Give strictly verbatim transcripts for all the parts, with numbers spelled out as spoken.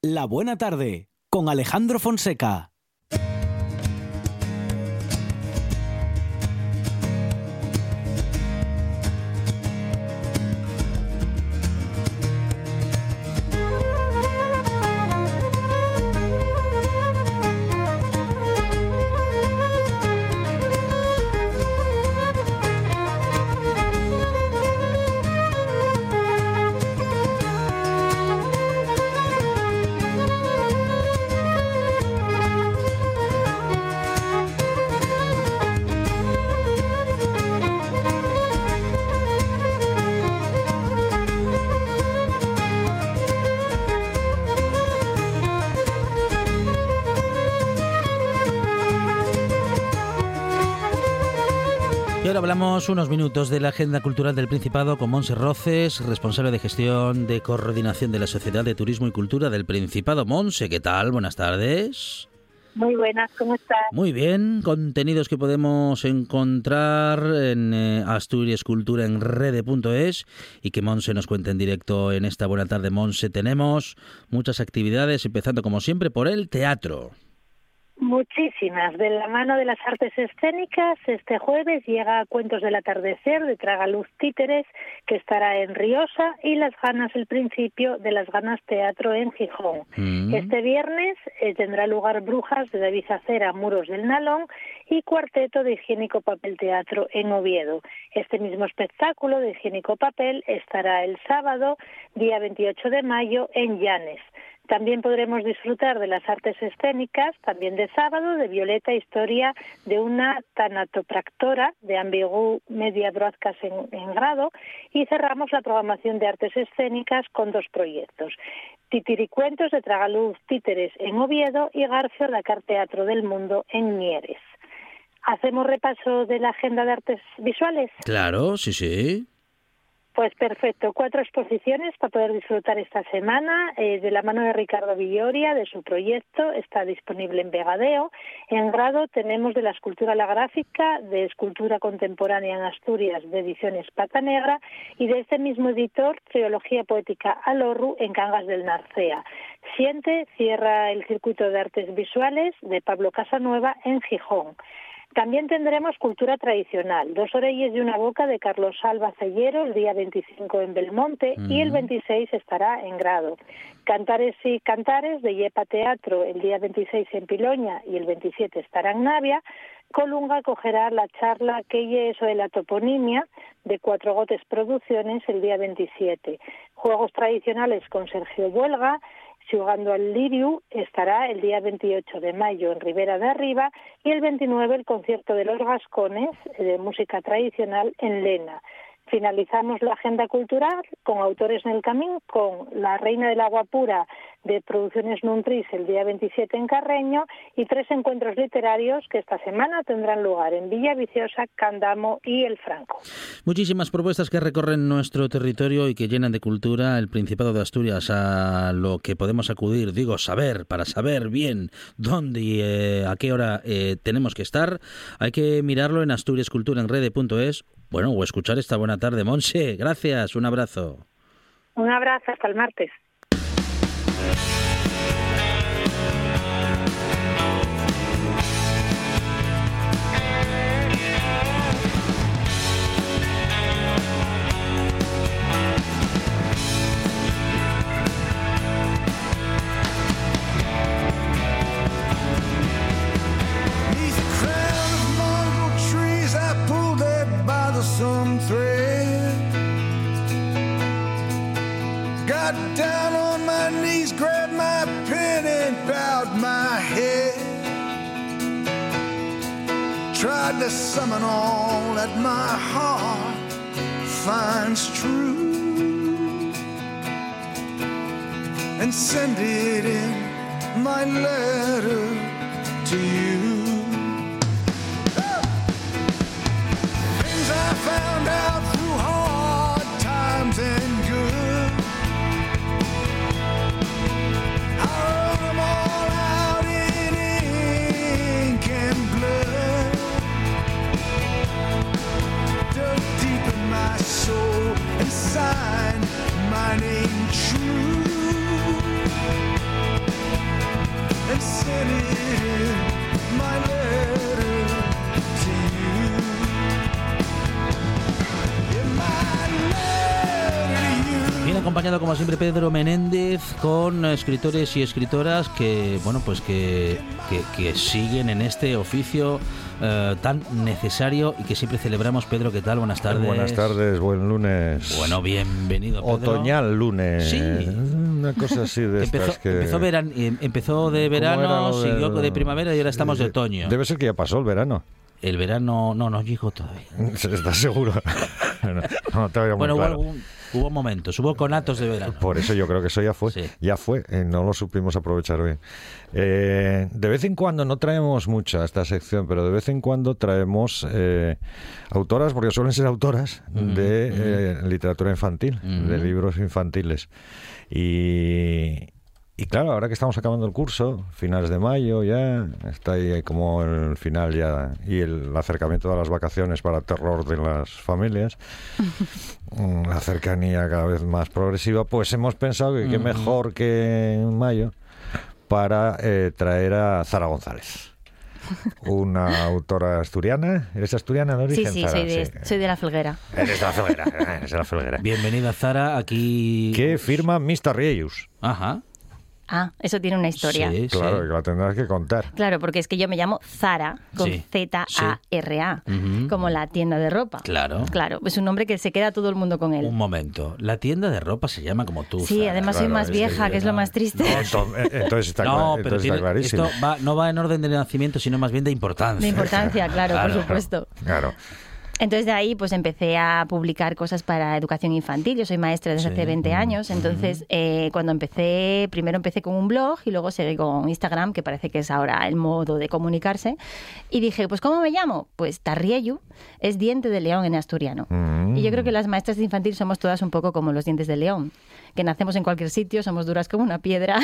La Buena Tarde, con Alejandro Fonseca. Y ahora hablamos unos minutos de la agenda cultural del Principado con Montse Roces, responsable de gestión de coordinación de la Sociedad de Turismo y Cultura del Principado. Montse, ¿qué tal? Buenas tardes. Muy buenas, ¿cómo estás? Muy bien, contenidos que podemos encontrar en eh, Asturias Cultura en rede punto es y que Montse nos cuente en directo en esta Buena Tarde. Montse, tenemos muchas actividades, empezando como siempre por el teatro. Muchísimas. De la mano de las artes escénicas, este jueves llega Cuentos del Atardecer de Tragaluz Títeres, que estará en Riosa, y Las Ganas, el principio de Las Ganas Teatro en Gijón. Mm. Este viernes eh, tendrá lugar Brujas de David Acera, Muros del Nalón, y Cuarteto de Higiénico Papel Teatro en Oviedo. Este mismo espectáculo de Higiénico Papel estará el sábado, día veintiocho de mayo, en Llanes. También podremos disfrutar de las artes escénicas, también de sábado, de Violeta, historia de una tanatopractora de Ambigu Media Broadcast en, en Grado, y cerramos la programación de artes escénicas con dos proyectos: Titiricuentos de Tragaluz Títeres en Oviedo y Garfio Dakar Teatro del Mundo en Mieres. ¿Hacemos repaso de la agenda de artes visuales? Claro, sí, sí. Pues perfecto, cuatro exposiciones para poder disfrutar esta semana, eh, de la mano de Ricardo Villoria, de su proyecto, está disponible en Vegadeo. En Grado tenemos de la escultura a la gráfica, de escultura contemporánea en Asturias, de Ediciones Pata Negra, y de este mismo editor, Teología Poética Alorru, en Cangas del Narcea. Siente cierra el circuito de artes visuales de Pablo Casanueva en Gijón. También tendremos cultura tradicional, Dos orelles y una boca de Carlos Alba Cellero, el día veinticinco en Belmonte, uh-huh. y el veintiséis estará en Grado. Cantares y Cantares de Yepa Teatro, el día veintiséis en Piloña y el veintisiete estará en Navia. Colunga acogerá la charla ¿Qué es eso de la toponimia? De Cuatro Gotes Producciones, el día veintisiete. Juegos tradicionales con Sergio Buelga. Xugando al Liriu estará el día veintiocho de mayo en Ribera de Arriba, y el veintinueve el concierto de los Gascones de música tradicional en Lena. Finalizamos la agenda cultural con Autores en el Camín, con La Reina del Agua Pura de Producciones Nuntris el día veintisiete en Carreño, y tres encuentros literarios que esta semana tendrán lugar en Villaviciosa, Candamo y El Franco. Muchísimas propuestas que recorren nuestro territorio y que llenan de cultura el Principado de Asturias, a lo que podemos acudir, digo, saber, para saber bien dónde y eh, a qué hora eh, tenemos que estar. Hay que mirarlo en Asturias Cultura en rede punto es. Bueno, o escuchar esta Buena Tarde. Montse, gracias, un abrazo. Un abrazo, hasta el martes. Some thread, got down on my knees, grabbed my pen and bowed my head, tried to summon all that my heart finds true, and send it in my letter to you. I found out through hard times and good, I wrote them all out in ink and blood, dug deep in my soul and signed my name true. printed in my letter to you. In my letter to you. Bien acompañado como siempre Pedro Menéndez con escritores y escritoras que, bueno, pues que, que, que siguen en este oficio Uh, tan necesario y que siempre celebramos. Pedro, ¿qué tal? Buenas tardes. Buenas tardes, buen lunes. Bueno, bienvenido, Pedro. Otoñal lunes. Sí. Una cosa así de empezó, estas que... Empezó, veran, empezó de verano, de... siguió de primavera y ahora estamos de otoño. Debe ser que ya pasó el verano. El verano no, no llegó todavía. ¿Estás seguro? no, no te veo muy bueno, claro. hubo, algún, hubo momentos, hubo conatos de verano. Por eso yo creo que eso ya fue. Sí. Ya fue, eh, no lo supimos aprovechar bien. Eh, de vez en cuando, no traemos mucho a esta sección, pero de vez en cuando traemos eh, autoras, porque suelen ser autoras mm, de mm. Eh, literatura infantil, mm. de libros infantiles. Y... Y claro, ahora que estamos acabando el curso, finales de mayo ya, está ahí como el final ya y el acercamiento de las vacaciones para el terror de las familias, la cercanía cada vez más progresiva, pues hemos pensado que qué mejor que en mayo para eh, traer a Zara González. Una autora asturiana. ¿Eres asturiana de origen, Sí, sí, Zara? soy de, sí. soy de la Felguera. Eres de la Felguera, eres de la Felguera. Bienvenida, Zara, aquí... Que firma mister Rieyus. Ajá. Ah, eso tiene una historia. Sí, Claro, sí. que la tendrás que contar. Claro, porque es que yo me llamo Zara, con Sí, Z A R A, sí. Uh-huh. como la tienda de ropa. Claro. Claro, es un nombre que se queda todo el mundo con él. Un momento. La tienda de ropa se llama como tú, Sí, Zara. además soy Claro, más es vieja, que- que es lo más triste. No, entonces, entonces está, No, cla- pero entonces tiene- está clarísimo. esto va, no va en orden de nacimiento, sino más bien de importancia. De importancia, claro, Claro. por supuesto. Claro. Entonces de ahí pues empecé a publicar cosas para educación infantil. Yo soy maestra desde Sí. hace veinte años, entonces eh, cuando empecé, primero empecé con un blog y luego seguí con Instagram, que parece que es ahora el modo de comunicarse. Y dije, pues ¿cómo me llamo? Pues Tarrieyu es diente de león en asturiano. Mm. Y yo creo que las maestras de infantil somos todas un poco como los dientes de león, que nacemos en cualquier sitio, somos duras como una piedra.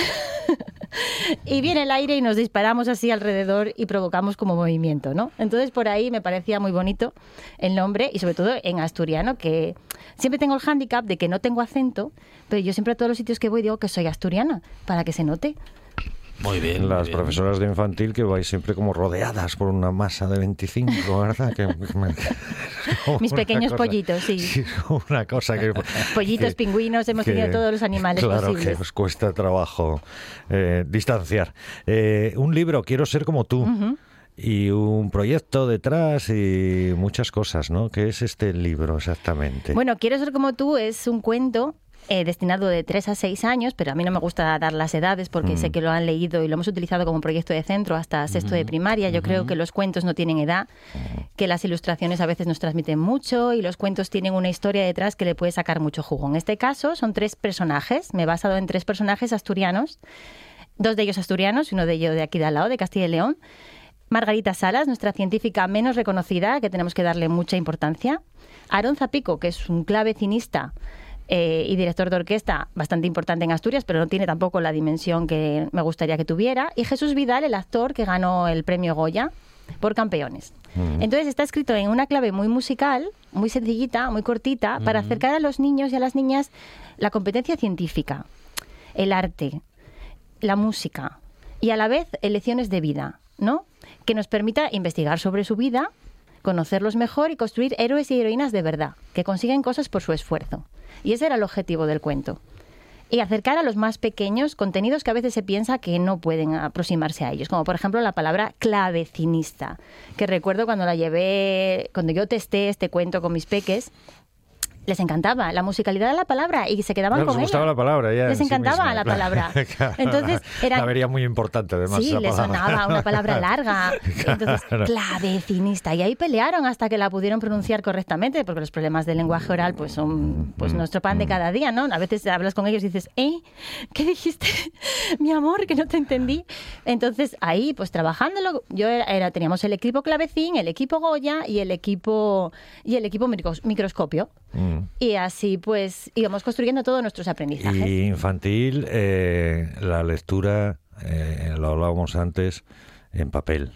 Y viene el aire y nos disparamos así alrededor y provocamos como movimiento, ¿no? Entonces por ahí me parecía muy bonito el nombre y sobre todo en asturiano, que siempre tengo el hándicap de que no tengo acento, pero yo siempre a todos los sitios que voy digo que soy asturiana, para que se note. Muy bien. Las muy bien. profesoras de infantil que vais siempre como rodeadas por una masa de veinticinco, ¿verdad? Que, que me- Mis una pequeños cosa- pollitos, sí. Una cosa que... Pollitos, que- pingüinos, hemos que- tenido todos los animales claro, posibles. que os cuesta trabajo eh, distanciar. Eh, un libro, Quiero ser como tú. Ujú. Y un proyecto detrás y muchas cosas, ¿no? ¿Qué es este libro exactamente? Bueno, Quiero ser como tú es un cuento eh, destinado de tres a seis años, pero a mí no me gusta dar las edades porque Mm. sé que lo han leído y lo hemos utilizado como proyecto de centro hasta sexto de primaria. Yo creo que los cuentos no tienen edad, que las ilustraciones a veces nos transmiten mucho y los cuentos tienen una historia detrás que le puede sacar mucho jugo. En este caso son tres personajes, me he basado en tres personajes asturianos, dos de ellos asturianos y uno de ellos de aquí de al lado, de Castilla y León. Margarita Salas, nuestra científica menos reconocida, que tenemos que darle mucha importancia. Aarón Zapico, que es un clavecinista eh, y director de orquesta bastante importante en Asturias, pero no tiene tampoco la dimensión que me gustaría que tuviera. Y Jesús Vidal, el actor que ganó el premio Goya por Campeones. Mm. Entonces está escrito en una clave muy musical, muy sencillita, muy cortita, para acercar a los niños y a las niñas la competencia científica, el arte, la música y a la vez lecciones de vida, ¿no? Que nos permita investigar sobre su vida, conocerlos mejor y construir héroes y heroínas de verdad, que consiguen cosas por su esfuerzo. Y ese era el objetivo del cuento. Y acercar a los más pequeños contenidos que a veces se piensa que no pueden aproximarse a ellos, como por ejemplo la palabra clavecinista, que recuerdo cuando la llevé, cuando yo testé este cuento con mis peques, les encantaba la musicalidad de la palabra y se quedaban No, les con gustaba ella. la palabra ya en Les sí encantaba misma, la claro. palabra. Claro, Entonces, la- eran- la vería muy importante además. Sí, esa le palabra. sonaba una palabra larga. Entonces, Claro. clavecinista. Y ahí pelearon hasta que la pudieron pronunciar correctamente, porque los problemas del lenguaje oral pues son pues nuestro pan de cada día, ¿no? A veces hablas con ellos y dices, ¿eh? ¿Qué dijiste? Mi amor, que no te entendí. Entonces, ahí, pues trabajándolo, yo era, era- teníamos el equipo clavecín, el equipo Goya y el equipo y el equipo micros- microscopio. Mm. Y así, pues, íbamos construyendo todos nuestros aprendizajes. Y infantil, eh, la lectura, eh, lo hablábamos antes, en papel.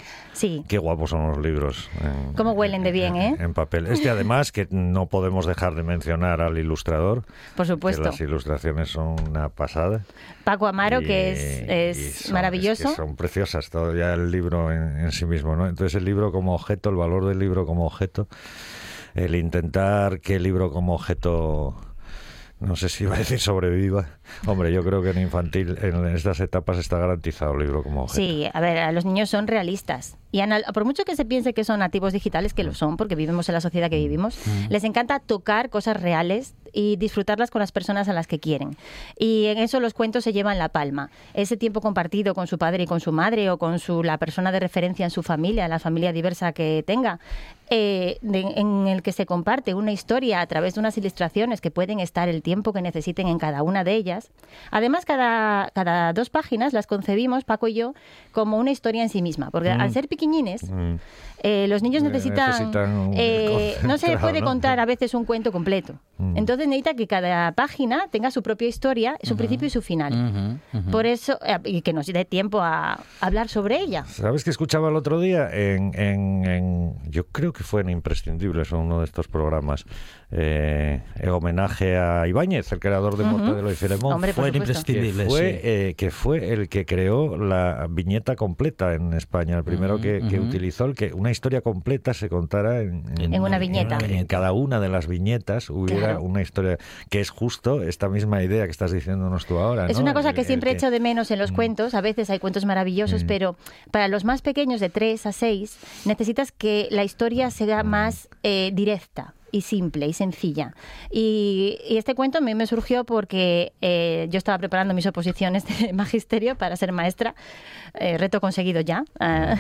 Sí. Qué guapos son los libros. En, Cómo huelen de bien, ¿eh? En, en papel. Este, además, que no podemos dejar de mencionar al ilustrador. Por supuesto. Que las ilustraciones son una pasada. Paco Amaro, Y- que es, es y son- maravilloso. es que son preciosas, todo ya el libro en, en sí mismo, ¿no? Entonces, el libro como objeto, el valor del libro como objeto, el intentar que el libro como objeto, no sé si iba a decir sobreviva. Hombre, yo creo que en infantil, en estas etapas, está garantizado el libro como objeto. Sí, a ver, los niños son realistas. Y anal- por mucho que se piense que son nativos digitales, que lo son, porque vivimos en la sociedad que vivimos, les encanta tocar cosas reales y disfrutarlas con las personas a las que quieren. Y en eso los cuentos se llevan la palma. Ese tiempo compartido con su padre y con su madre, o con su, la persona de referencia en su familia, la familia diversa que tenga, eh, de- en el que se comparte una historia a través de unas ilustraciones que pueden estar el tiempo que necesiten en cada una de ellas. Además, cada, cada dos páginas las concebimos, Paco y yo, como una historia en sí misma, porque Mm. al ser pequeñines, Mm. eh, los niños Eh, necesitan, necesitan un eh, no se concentrado, puede ¿no? contar a veces un cuento completo. Mm. Entonces necesita que cada página tenga su propia historia, su principio y su final. Ujú, ujú. Por eso, eh, y que nos dé tiempo a hablar sobre ella. ¿Sabes qué escuchaba el otro día? En, en, en- yo creo que fue en Imprescindibles, o uno de estos programas, eh, en homenaje a Ibáñez, el creador de Mortadelo y Filemón. Hombre, por Fue en supuesto. que Imprescindibles, fue, sí. eh, que fue el que creó la viñeta completa en España, el primero Ujú, que, que ujú. utilizó el que una historia completa se contara en, En una viñeta. En, en cada una de las viñetas hubiera Claro. una historia, que es justo esta misma idea que estás diciéndonos tú ahora. Es ¿no? una cosa El- que el siempre que- echo de menos en los cuentos. A veces hay cuentos maravillosos, Mm. pero para los más pequeños, de tres a seis, necesitas que la historia sea más eh, directa y simple y sencilla. Y, y este cuento a mí me surgió porque eh, yo estaba preparando mis oposiciones de magisterio para ser maestra, eh, reto conseguido ya, ah,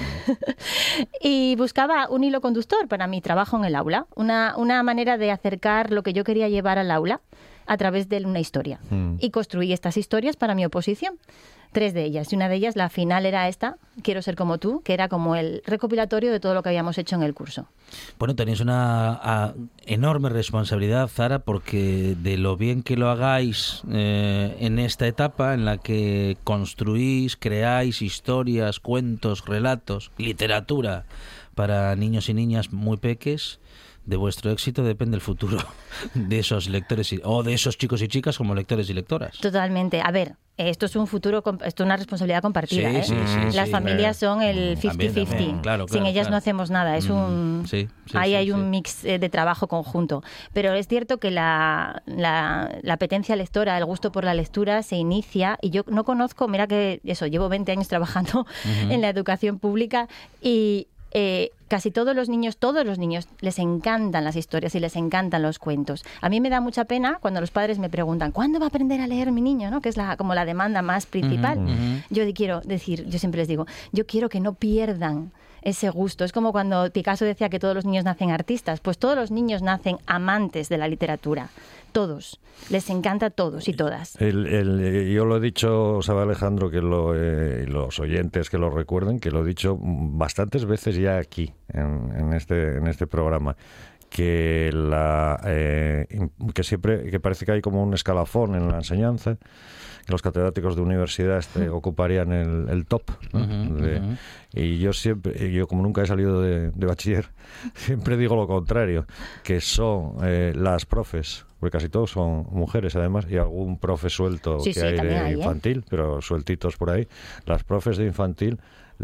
y buscaba un hilo conductor para mi trabajo en el aula, una, una manera de acercar lo que yo quería llevar al aula a través de una historia. Mm. Y construí estas historias para mi oposición. Tres de ellas. Y una de ellas, la final, era esta, Quiero ser como tú, que era como el recopilatorio de todo lo que habíamos hecho en el curso. Bueno, tenéis una a, enorme responsabilidad, Zara, porque de lo bien que lo hagáis eh, en esta etapa en la que construís, creáis historias, cuentos, relatos, literatura para niños y niñas muy peques, de vuestro éxito depende el futuro de esos lectores y, o de esos chicos y chicas como lectores y lectoras. Totalmente. A ver, esto es un futuro, comp- esto es una responsabilidad compartida. Sí, ¿eh? sí, sí, Las sí. familias son el También, cincuenta también, cincuenta. claro, Sin claro, ellas claro. no hacemos nada. Es Mm, un sí, sí, ahí sí, hay sí. un mix eh, de trabajo conjunto. Pero es cierto que la, la, la apetencia lectora, el gusto por la lectura se inicia, y yo no conozco, mira que eso, llevo veinte años trabajando en la educación pública, y eh, casi todos los niños, todos los niños les encantan las historias y les encantan los cuentos. A mí me da mucha pena cuando los padres me preguntan, ¿cuándo va a aprender a leer mi niño? ¿No? Que es la, como la demanda más principal. Ujú, ujú. Yo quiero decir, yo siempre les digo, yo quiero que no pierdan ese gusto. Es como cuando Picasso decía que todos los niños nacen artistas. Pues todos los niños nacen amantes de la literatura. Todos. Les encanta a todos y todas. El, el- yo lo he dicho, sabe Alejandro, que lo, eh, y los oyentes que lo recuerden, que lo he dicho bastantes veces ya aquí, en, en este, en este programa, que la eh, que siempre que parece que hay como un escalafón en la enseñanza, que los catedráticos de universidad este, ocuparían el, el top, ¿no? Ujú, De- ujú. Y yo siempre, yo como nunca he salido de, de bachiller, siempre digo lo contrario, que son eh, las profes, porque casi todos son mujeres además, y algún profe suelto Sí, que sí, hay también de hay, ¿eh? infantil, pero sueltitos por ahí. Las profes de infantil,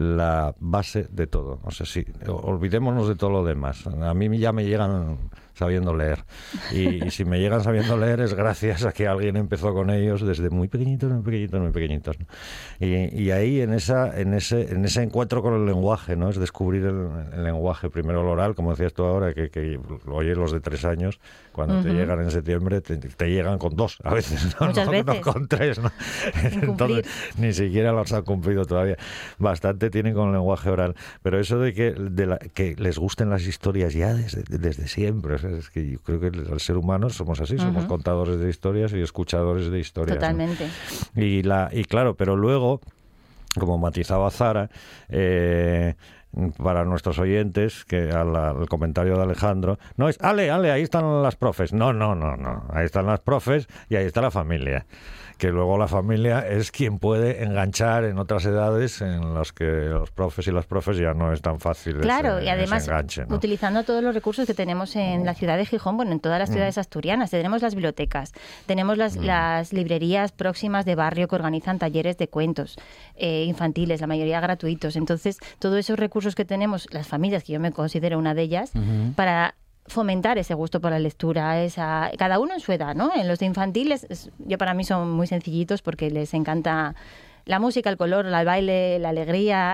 la base de todo. O sea, sí, olvidémonos de todo lo demás. A mí ya me llegan sabiendo leer. Y, y si me llegan sabiendo leer es gracias a que alguien empezó con ellos desde muy pequeñitos, muy pequeñitos, muy pequeñitos, ¿no? Y, y ahí en esa, en ese, en ese encuentro con el lenguaje, ¿no? Es descubrir el, el lenguaje, primero el oral, como decías tú ahora, que, que lo oyes los de tres años, cuando te Ujú. llegan en septiembre, te, te llegan con dos, a veces, ¿no? Muchas no, veces. no con tres, ¿no? Incumplir. Entonces, ni siquiera los han cumplido todavía. Bastante tienen con el lenguaje oral. Pero eso de que, de la, que les gusten las historias ya desde, desde siempre, o sea, es que yo creo que el ser humano somos así, somos Ujú. contadores de historias y escuchadores de historias, ¿no? Totalmente. Y, la, y claro, pero luego, como matizaba Zara, eh, para nuestros oyentes, que al, al comentario de Alejandro, no es, ale, ale, ahí están las profes. No, no, no, no. Ahí están las profes y ahí está la familia. Que luego la familia es quien puede enganchar en otras edades en las que los profes y las profes ya no es tan fácil claro, ese, y además ese enganche, ¿no? Utilizando todos los recursos que tenemos en la ciudad de Gijón, bueno, en todas las ciudades mm. asturianas. Tenemos las bibliotecas, tenemos las, mm. las librerías próximas de barrio que organizan talleres de cuentos eh, infantiles, la mayoría gratuitos. Entonces, todos esos recursos que tenemos, las familias, que yo me considero una de ellas, uh-huh. para fomentar ese gusto por la lectura, esa, cada uno en su edad, ¿no? En los de infantiles, es, yo para mí son muy sencillitos porque les encanta la música, el color, el baile, la alegría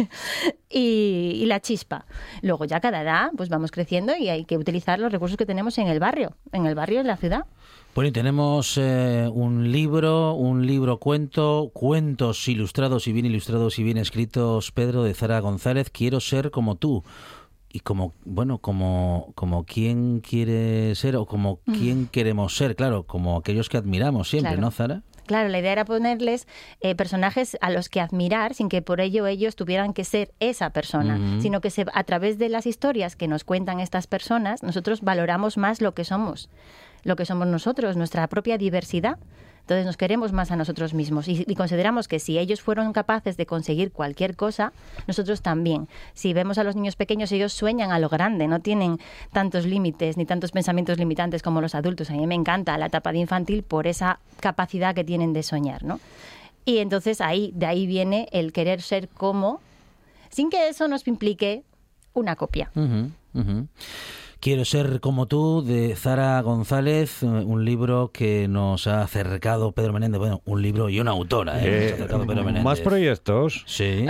y, y la chispa. Luego ya cada edad pues vamos creciendo y hay que utilizar los recursos que tenemos en el barrio, en el barrio, en la ciudad. Bueno, y tenemos eh, un libro, un libro cuento, cuentos ilustrados y bien ilustrados y bien escritos, Pedro, de Zara González, Quiero ser como tú. Y como, bueno, como, como quién quiere ser o como quién queremos ser, claro, como aquellos que admiramos siempre, claro. ¿no, Zara? Claro, la idea era ponerles eh, personajes a los que admirar sin que por ello ellos tuvieran que ser esa persona, uh-huh. sino que se, a través de las historias que nos cuentan estas personas, nosotros valoramos más lo que somos, lo que somos nosotros, nuestra propia diversidad. Entonces nos queremos más a nosotros mismos y, y consideramos que si ellos fueron capaces de conseguir cualquier cosa, nosotros también. Si vemos a los niños pequeños, ellos sueñan a lo grande, no tienen tantos límites ni tantos pensamientos limitantes como los adultos. A mí me encanta la etapa de infantil por esa capacidad que tienen de soñar, ¿no? Y entonces ahí, de ahí viene el querer ser como, sin que eso nos implique una copia. Uh-huh, uh-huh. Quiero ser como tú, de Zara González, un libro que nos ha acercado Pedro Menéndez. Bueno, un libro y una autora, ¿eh? Eh, Nos ha acercado Pedro Menéndez. ¿Más proyectos? Sí.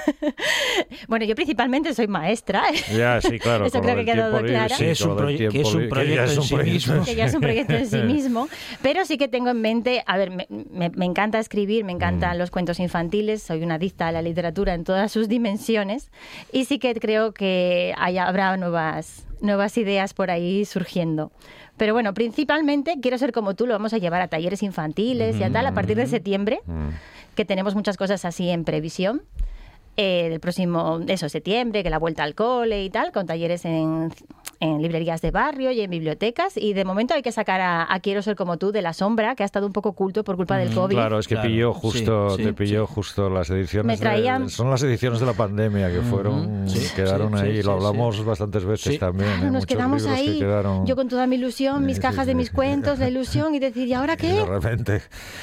Bueno, yo principalmente soy maestra. Ya, sí, claro. Eso creo que ha quedado claro. Que es un, proye- que es un proyecto en sí mismo. Que ya es un proyecto en sí mismo. Pero sí que tengo en mente, a ver, me, me, me encanta escribir, me encantan mm. los cuentos infantiles, soy una adicta a la literatura en todas sus dimensiones y sí que creo que hay, habrá nuevas... nuevas ideas por ahí surgiendo. Pero bueno, principalmente quiero ser como tú, lo vamos a llevar a talleres infantiles mm. y a tal a partir de septiembre, mm. que tenemos muchas cosas así en previsión. Eh, el próximo, eso, septiembre, que la vuelta al cole y tal, con talleres en, en librerías de barrio y en bibliotecas. Y de momento hay que sacar a, a Quiero ser como tú de la sombra, que ha estado un poco oculto por culpa mm, del COVID. Claro, es que claro, pilló justo, sí, sí, te pilló sí. justo las ediciones. Traían... De, son las ediciones de la pandemia que fueron, sí, quedaron sí, ahí. sí, lo hablamos sí. bastantes veces sí. también. Claro, ¿eh? nos Muchos quedamos libros ahí, que quedaron... yo con toda mi ilusión, mis sí, cajas sí, de sí, mis sí. cuentos, la ilusión, y decir, ¿y ahora qué? Y de repente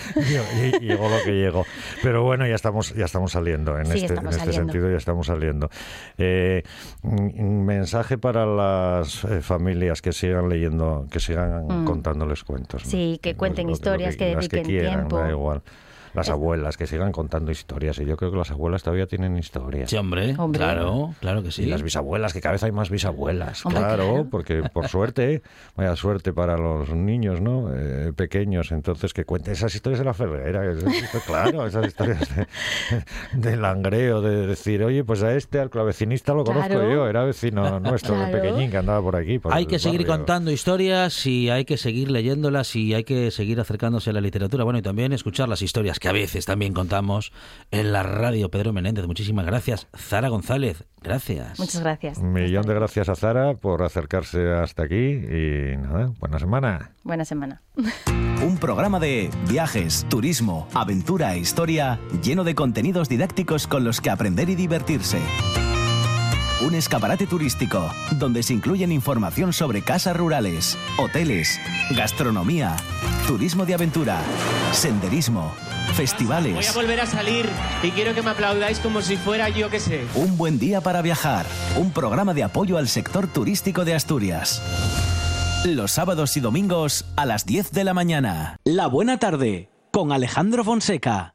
llegó lo que llegó. Pero bueno, ya estamos, ya estamos saliendo en sí, este, estamos en este saliendo. sentido, ya estamos saliendo. Eh, un mensaje para las eh, familias que sigan leyendo, que sigan mm. contándoles cuentos, ¿no? Sí, que cuenten lo, historias, lo que, que dediquen que quieran, tiempo. Da igual. Las abuelas, que sigan contando historias. Y yo creo que las abuelas todavía tienen historias. Sí, hombre, hombre. claro, claro que sí. Y las bisabuelas, que cada vez hay más bisabuelas. Hombre, claro, claro, porque por suerte, vaya suerte para los niños, ¿no? Eh, pequeños. Entonces, que cuenten esas historias de la ferrera. Claro, esas historias de, de langreo, de decir, oye, pues a este, al clavecinista lo conozco claro. yo. Era vecino nuestro, claro. de pequeñín, que andaba por aquí. Por hay que seguir barrio. contando historias y hay que seguir leyéndolas y hay que seguir acercándose a la literatura. Bueno, y también escuchar las historias que a veces también contamos en la radio. Pedro Menéndez, muchísimas gracias. Zara González, gracias. Muchas gracias. Un millón de gracias a Zara por acercarse hasta aquí y nada, buena semana. Buena semana. Un programa de viajes, turismo, aventura e historia lleno de contenidos didácticos con los que aprender y divertirse. Un escaparate turístico donde se incluyen información sobre casas rurales, hoteles, gastronomía, turismo de aventura, senderismo, festivales. Voy a volver a salir y quiero que me aplaudáis como si fuera yo que sé. Un buen día para viajar. Un programa de apoyo al sector turístico de Asturias. Los sábados y domingos a las diez de la mañana. La buena tarde con Alejandro Fonseca.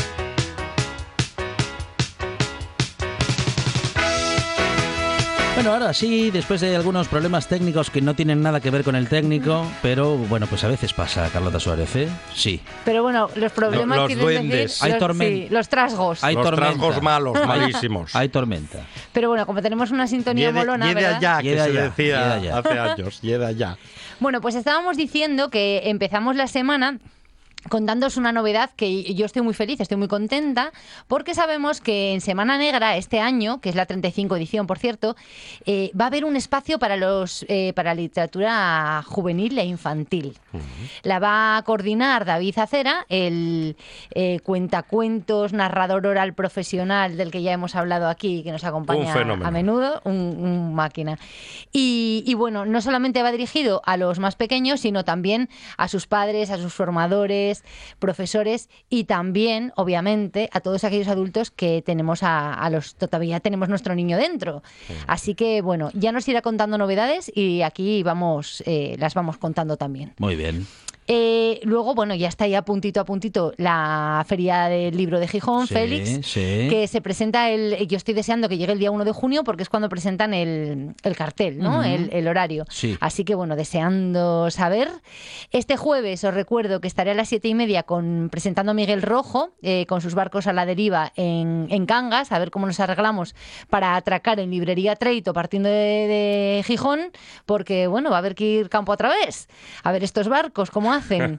Bueno, continuar así después de algunos problemas técnicos que no tienen nada que ver con el técnico, pero bueno, pues a veces pasa, Carlota Suárez, ¿eh? Sí. Pero bueno, los problemas los quieren duendes. decir... Hay los, tormenta. sí, los trasgos. Hay Los tormenta. trasgos malos, malísimos. Hay tormenta. Pero bueno, como tenemos una sintonía Yede, molona, yede ¿verdad? allá, que Yede se allá, decía yede allá. hace años. Yede allá. Bueno, pues estábamos diciendo que empezamos la semana contándoos una novedad que yo estoy muy feliz, estoy muy contenta, porque sabemos que en Semana Negra este año, que es la treinta y cinco edición, por cierto, eh, va a haber un espacio para los eh, para literatura juvenil e infantil. Uh-huh. La va a coordinar David Acera, el eh, cuentacuentos, narrador oral profesional del que ya hemos hablado aquí, que nos acompaña a menudo, un, un máquina. Y, y bueno, no solamente va dirigido a los más pequeños, sino también a sus padres, a sus formadores, profesores y también, obviamente, a todos aquellos adultos que tenemos a, a los todavía tenemos nuestro niño dentro. Sí. Así que, bueno, ya nos irá contando novedades y aquí vamos eh, las vamos contando también. Muy bien. Eh, luego, bueno, ya está ya puntito a puntito la Feria del Libro de Gijón, sí, Félix, sí. que se presenta el... Yo estoy deseando que llegue el día uno de junio porque es cuando presentan el, el cartel, ¿no? Uh-huh. el, el horario. Sí. Así que, bueno, deseando saber. Este jueves os recuerdo que estaré a las siete y media con, presentando a Miguel Rojo eh, con sus barcos a la deriva en, en Cangas, a ver cómo nos arreglamos para atracar en Librería Treito partiendo de, de Gijón, porque, bueno, va a haber que ir campo a través a ver estos barcos, cómo hacen.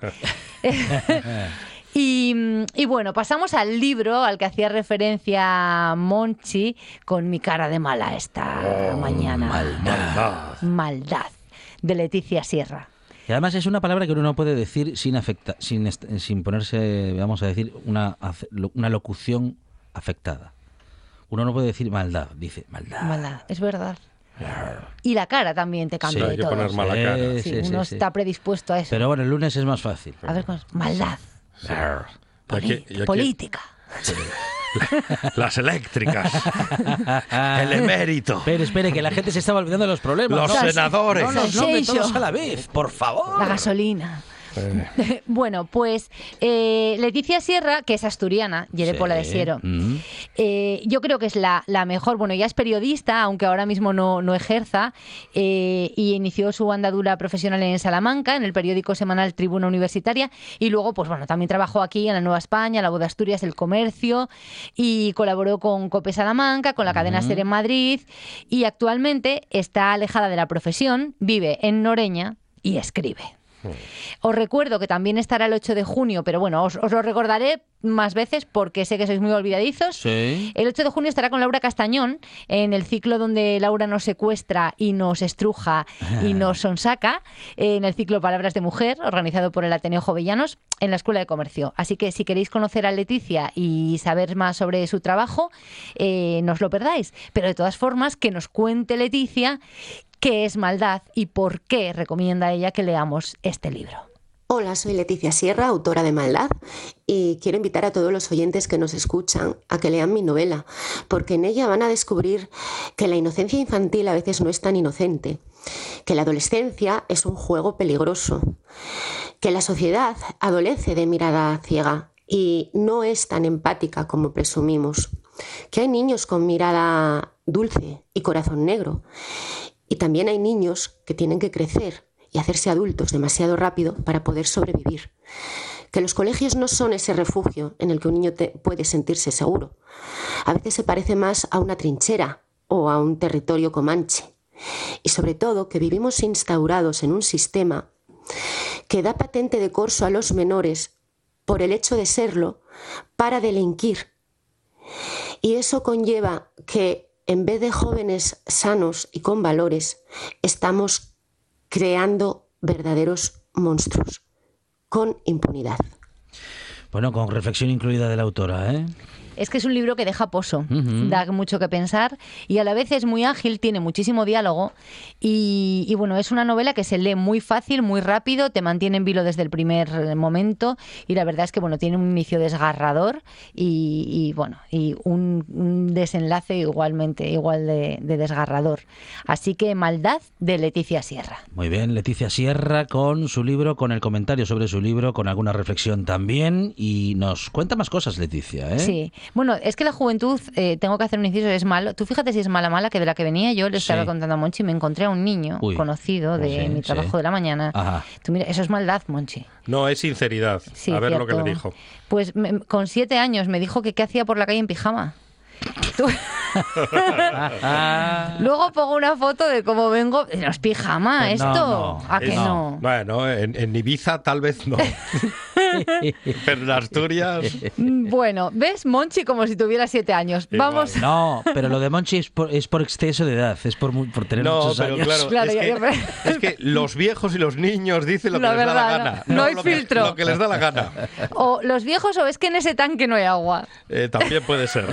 y, y bueno, pasamos al libro al que hacía referencia Monchi con Mi cara de mala esta oh, mañana. Maldad. Maldad, de Leticia Sierra. Y además es una palabra que uno no puede decir sin afecta, sin, sin ponerse, vamos a decir, una, una locución afectada. Uno no puede decir maldad, dice maldad. Maldad, es verdad. Y la cara también te cambia sí, de hay que todo. poner mala cara. Sí, sí, uno sí, está sí. predispuesto a eso. Pero bueno, el lunes es más fácil. A ver, maldad. Sí. Poli- aquí, aquí, política. Sí. Las eléctricas. El emérito. Pero espere, que la gente se está olvidando de los problemas. Los ¿no? senadores. No nos nombren todos a la vez, por favor. La gasolina. Bueno, pues eh, Leticia Sierra, que es asturiana, y de sí. Pola de Siero, mm. eh, yo creo que es la, la mejor, bueno, ya es periodista, aunque ahora mismo no, no ejerza, eh, y inició su andadura profesional en Salamanca, en el periódico semanal Tribuna Universitaria, y luego, pues bueno, también trabajó aquí en la Nueva España, La Voz de Asturias, El Comercio, y colaboró con COPE Salamanca, con la cadena mm. SER en Madrid, y actualmente está alejada de la profesión, vive en Noreña y escribe. Os recuerdo que también estará el ocho de junio, pero bueno, os, os lo recordaré más veces porque sé que sois muy olvidadizos. Sí. El ocho de junio estará con Laura Castañón en el ciclo donde Laura nos secuestra y nos estruja y nos sonsaca, en el ciclo Palabras de Mujer, organizado por el Ateneo Jovellanos, en la Escuela de Comercio. Así que si queréis conocer a Leticia y saber más sobre su trabajo, eh, no os lo perdáis. Pero de todas formas, que nos cuente Leticia qué es Maldad y por qué recomienda ella que leamos este libro. Hola, soy Leticia Sierra, autora de Maldad, y quiero invitar a todos los oyentes que nos escuchan a que lean mi novela, porque en ella van a descubrir que la inocencia infantil a veces no es tan inocente, que la adolescencia es un juego peligroso, que la sociedad adolece de mirada ciega y no es tan empática como presumimos, que hay niños con mirada dulce y corazón negro, y también hay niños que tienen que crecer y hacerse adultos demasiado rápido para poder sobrevivir. Que los colegios no son ese refugio en el que un niño te puede sentirse seguro. A veces se parece más a una trinchera o a un territorio comanche. Y sobre todo que vivimos instaurados en un sistema que da patente de corso a los menores por el hecho de serlo para delinquir. Y eso conlleva que en vez de jóvenes sanos y con valores, estamos creando verdaderos monstruos, con impunidad. Bueno, con reflexión incluida de la autora, ¿eh? Es que es un libro que deja pozo, uh-huh. da mucho que pensar y a la vez es muy ágil, tiene muchísimo diálogo y, y bueno, es una novela que se lee muy fácil, muy rápido, te mantiene en vilo desde el primer momento y la verdad es que bueno, tiene un inicio desgarrador y, y bueno, y un, un desenlace igualmente, igual de, de desgarrador. Así que Maldad, de Leticia Sierra. Muy bien, Leticia Sierra con su libro, con el comentario sobre su libro, con alguna reflexión también y nos cuenta más cosas, Leticia, ¿eh? Sí. Bueno, es que la juventud, eh, tengo que hacer un inciso, es malo. Tú fíjate si es mala, mala, que de la que venía yo le estaba Sí. contando a Monchi, me encontré a un niño Uy. conocido de Sí, mi trabajo sí. de la mañana. Ajá. Tú mira, eso es maldad, Monchi. No, es sinceridad. Sí, a ver lo que cierto. le dijo. Pues me- con siete años me dijo que qué hacía por la calle en pijama. Tú- Luego pongo una foto de cómo vengo. ¿No es pijama Pues no, esto? no, ¿A que Es- no? Bueno, en, en Ibiza tal vez no. Pero en Asturias... Bueno, ¿ves? Monchi como si tuviera siete años. Igual. Vamos. No, pero lo de Monchi es por, es por exceso de edad, es por, mu- por tener No, muchos pero años. claro, Claro, es, ya- que, ya- es que los viejos y los niños dicen lo que La les da la verdad, gana. no- no hay lo que- filtro. lo que les da la gana. O los viejos, o es que en ese tanque no hay agua. Eh, también puede ser.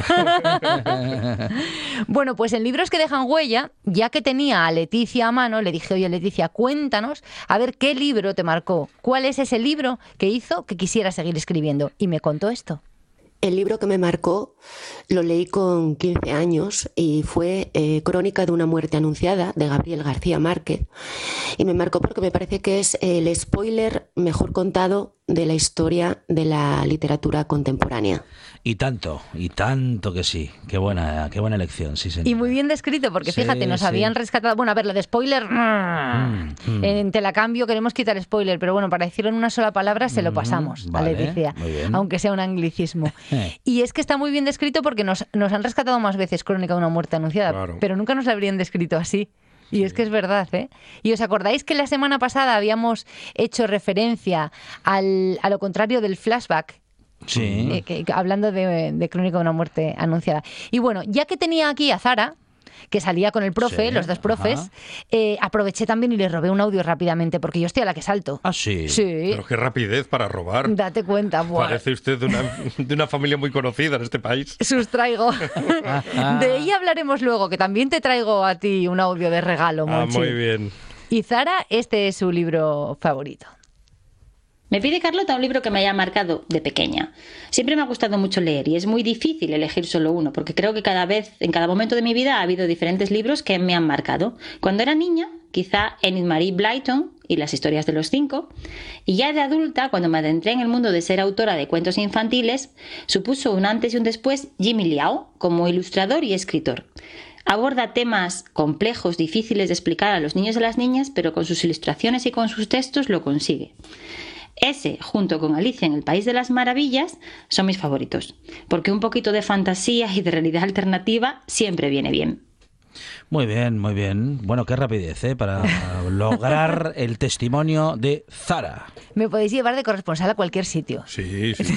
Bueno, pues en Libros que dejan huella, ya que tenía a Leticia a mano, le dije, oye Leticia, cuéntanos, a ver qué libro te marcó, cuál es ese libro que hizo que quisiera seguir escribiendo. Y me contó esto. El libro que me marcó lo leí con quince años y fue eh, Crónica de una muerte anunciada, de Gabriel García Márquez. Y me marcó porque me parece que es el spoiler mejor contado de la historia de la literatura contemporánea. Y tanto, y tanto que sí. Qué buena, qué buena elección, sí, señor. Y muy bien descrito, porque Sí, fíjate, nos sí. habían rescatado... Bueno, a ver, lo de spoiler... Mm, mm. En Telacambio queremos quitar spoiler, pero bueno, para decirlo en una sola palabra se lo Mm, pasamos vale, a Leticia, muy bien. aunque sea un anglicismo. Eh. Y es que está muy bien descrito porque nos, nos han rescatado más veces Crónica de una muerte anunciada, Claro. pero nunca nos la habrían descrito así. Y es que es verdad, ¿eh? ¿Y os acordáis que la semana pasada habíamos hecho referencia al, a lo contrario del flashback? Sí. Eh, que- que- hablando de, de Crónica de una muerte anunciada. Y bueno, ya que tenía aquí a Zara, que salía con el profe, Sí, los dos profes, ajá. eh, aproveché también y le robé un audio rápidamente, porque yo estoy a la que salto. Ah, sí. Sí, Pero qué rapidez para robar. date cuenta. Buah. Parece usted de una, de una familia muy conocida en este país. Sustraigo. De ella hablaremos luego, que también te traigo a ti un audio de regalo, Ah, Monchi. muy bien. Y Zara, este es su libro favorito. Me pide Carlota un libro que me haya marcado de pequeña. Siempre me ha gustado mucho leer y es muy difícil elegir solo uno, porque creo que cada vez, en cada momento de mi vida, ha habido diferentes libros que me han marcado. Cuando era niña, quizá Enid Marie Blyton y las historias de los cinco, y ya de adulta, cuando me adentré en el mundo de ser autora de cuentos infantiles, supuso un antes y un después Jimmy Liao como ilustrador y escritor. Aborda temas complejos, difíciles de explicar a los niños y a las niñas, pero con sus ilustraciones y con sus textos lo consigue. Ese, junto con Alicia en el País de las Maravillas, son mis favoritos, porque un poquito de fantasía y de realidad alternativa siempre viene bien. Muy bien, muy bien. Bueno, qué rapidez, ¿eh? Para lograr el testimonio de Zara. Me podéis llevar de corresponsal a cualquier sitio. Sí, sí.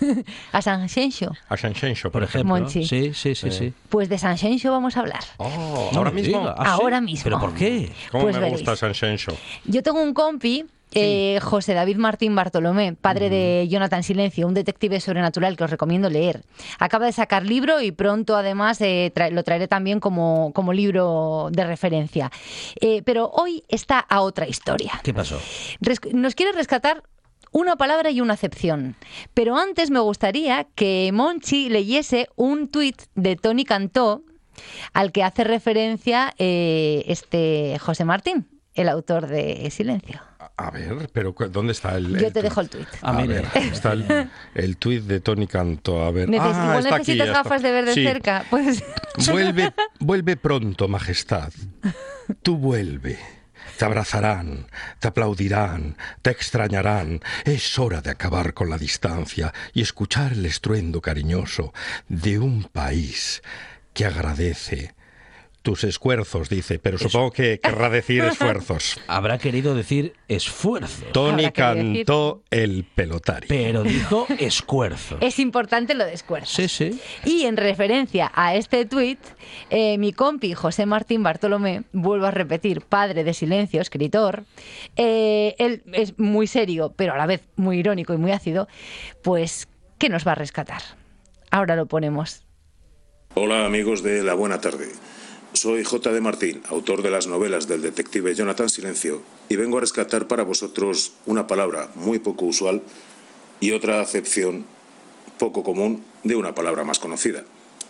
A San Xenxo. A Shenzhen, Por ejemplo. Monchi. Sí, sí, sí, sí. Pues de San Xenxo vamos a hablar. Oh, No ahora me mismo. diga. ¿Ah, sí? Ahora mismo. ¿Pero por qué? ¿Cómo Pues me veréis. gusta Shenzhen? Yo tengo un compi, eh, José David Martín Bartolomé, padre de Jonathan Silencio, un detective sobrenatural que os recomiendo leer. Acaba de sacar libro y pronto además eh, tra- lo traeré también como, como libro de referencia. Eh, pero hoy está a otra historia. ¿Qué pasó? Res- nos quiere rescatar una palabra y una acepción. Pero antes me gustaría que Monchi leyese un tuit de Tony Cantó al que hace referencia eh, este José Martín, el autor de Silencio. A ver, pero cu- ¿dónde está el...? Yo el te tuit? dejo el tuit. Ah, A mire. ver, está el, el tuit de Tony Cantó. A ver. Neces- ah, igual está aquí, necesitas ya está. gafas de ver de Sí. cerca. Pues... Vuelve, vuelve pronto, majestad. Tú vuelve. Te abrazarán, te aplaudirán, te extrañarán. Es hora de acabar con la distancia y escuchar el estruendo cariñoso de un país que agradece tus esfuerzos, dice, pero supongo que querrá decir esfuerzos. Habrá querido decir esfuerzo. Tony Habrá querido decir- Cantó el pelotario. Pero dijo esfuerzo. Es importante lo de esfuerzo. Sí, sí. Y en referencia a este tuit, eh, mi compi José Martín Bartolomé, vuelvo a repetir, padre de Silencio, escritor, eh, él es muy serio, pero a la vez muy irónico y muy ácido, pues, ¿qué nos va a rescatar? Ahora lo ponemos. Hola amigos de La Buena Tarde. Soy J. D. Martín, autor de las novelas del detective Jonathan Silencio, y vengo a rescatar para vosotros una palabra muy poco usual y otra acepción poco común de una palabra más conocida.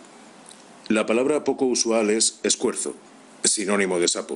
La palabra poco usual es esfuerzo, sinónimo de sapo.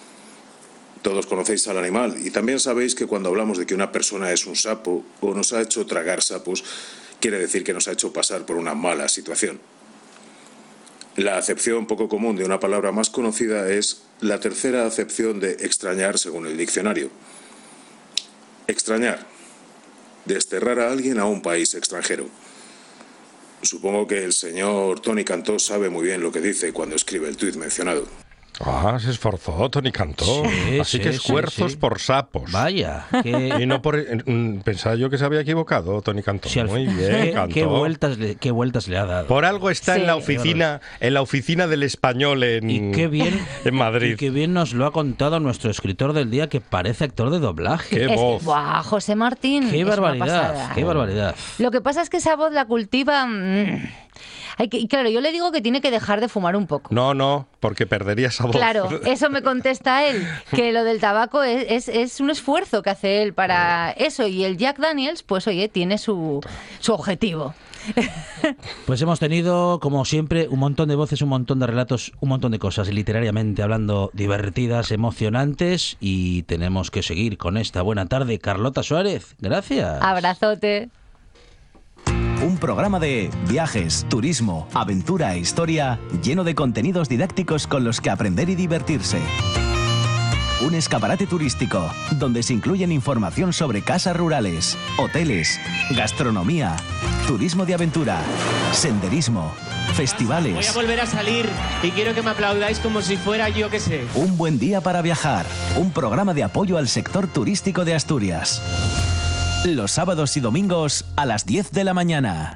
Todos conocéis al animal y también sabéis que cuando hablamos de que una persona es un sapo o nos ha hecho tragar sapos, quiere decir que nos ha hecho pasar por una mala situación. La acepción poco común de una palabra más conocida es la tercera acepción de extrañar según el diccionario. Extrañar. Desterrar a alguien a un país extranjero. Supongo que el señor Toni Cantó sabe muy bien lo que dice cuando escribe el tuit mencionado. Ah, se esforzó Toni Cantó. Sí, Así sí, que sí, esfuerzos sí. por sapos. Vaya. Qué... Y no por... mm, Pensaba yo que se había equivocado Toni Cantó. Sí, al Muy fin- bien, qué, Cantó. qué vueltas le, qué vueltas le ha dado. Por algo está Sí. en la oficina, en la oficina del Español en, Y qué bien, en Madrid. y qué bien nos lo ha contado nuestro escritor del día, que parece actor de doblaje. Qué Es que, voz. ¡buah, José Martín! Qué es una barbaridad, pasada. qué barbaridad. Lo que pasa es que esa voz la cultiva... mm, hay que, y claro, yo le digo que tiene que dejar de fumar un poco. No, no, porque perdería esa voz. Claro, eso me contesta él, que lo del tabaco es, es, es un esfuerzo que hace él para eso. Y el Jack Daniels, pues oye, tiene su, su objetivo. Pues hemos tenido, como siempre, un montón de voces, un montón de relatos, un montón de cosas, literariamente hablando, divertidas, emocionantes, y tenemos que seguir con esta buena tarde. Carlota Suárez, gracias. Abrazote. Un programa de viajes, turismo, aventura e historia lleno de contenidos didácticos con los que aprender y divertirse. Un escaparate turístico donde se incluyen información sobre casas rurales, hoteles, gastronomía, turismo de aventura, senderismo, Voy festivales. a volver a salir y quiero que me aplaudáis como si fuera yo que sé. Un buen día para viajar. Un programa de apoyo al sector turístico de Asturias. Los sábados y domingos a las diez de la mañana.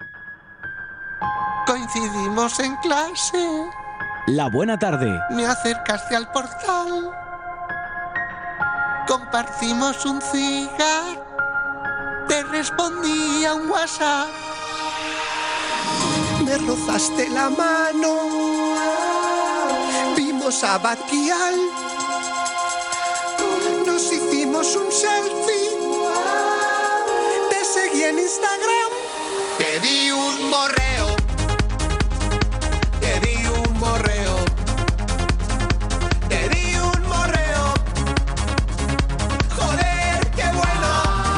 Coincidimos en clase, La buena tarde. me acercaste al portal, compartimos un cigar, te respondí a un WhatsApp, me rozaste la mano, vimos a Batquial, nos hicimos un selfie, te seguí en Instagram, te di un morreo, te di un morreo, te di un morreo, joder, qué bueno,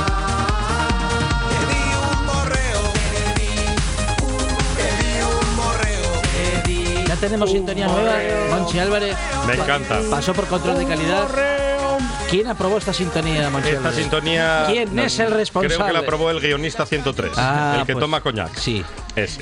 te di un morreo, te di un, te di un morreo, te di Ya tenemos sintonía nueva. Monchi Álvarez. Me encanta. Pasó por control de calidad. ¿Quién aprobó esta sintonía, Monchi Esta Álvarez? sintonía... ¿Quién no, es el responsable? Creo que la aprobó el guionista ciento tres, Ah, el que pues, toma coñac. Sí. Ese.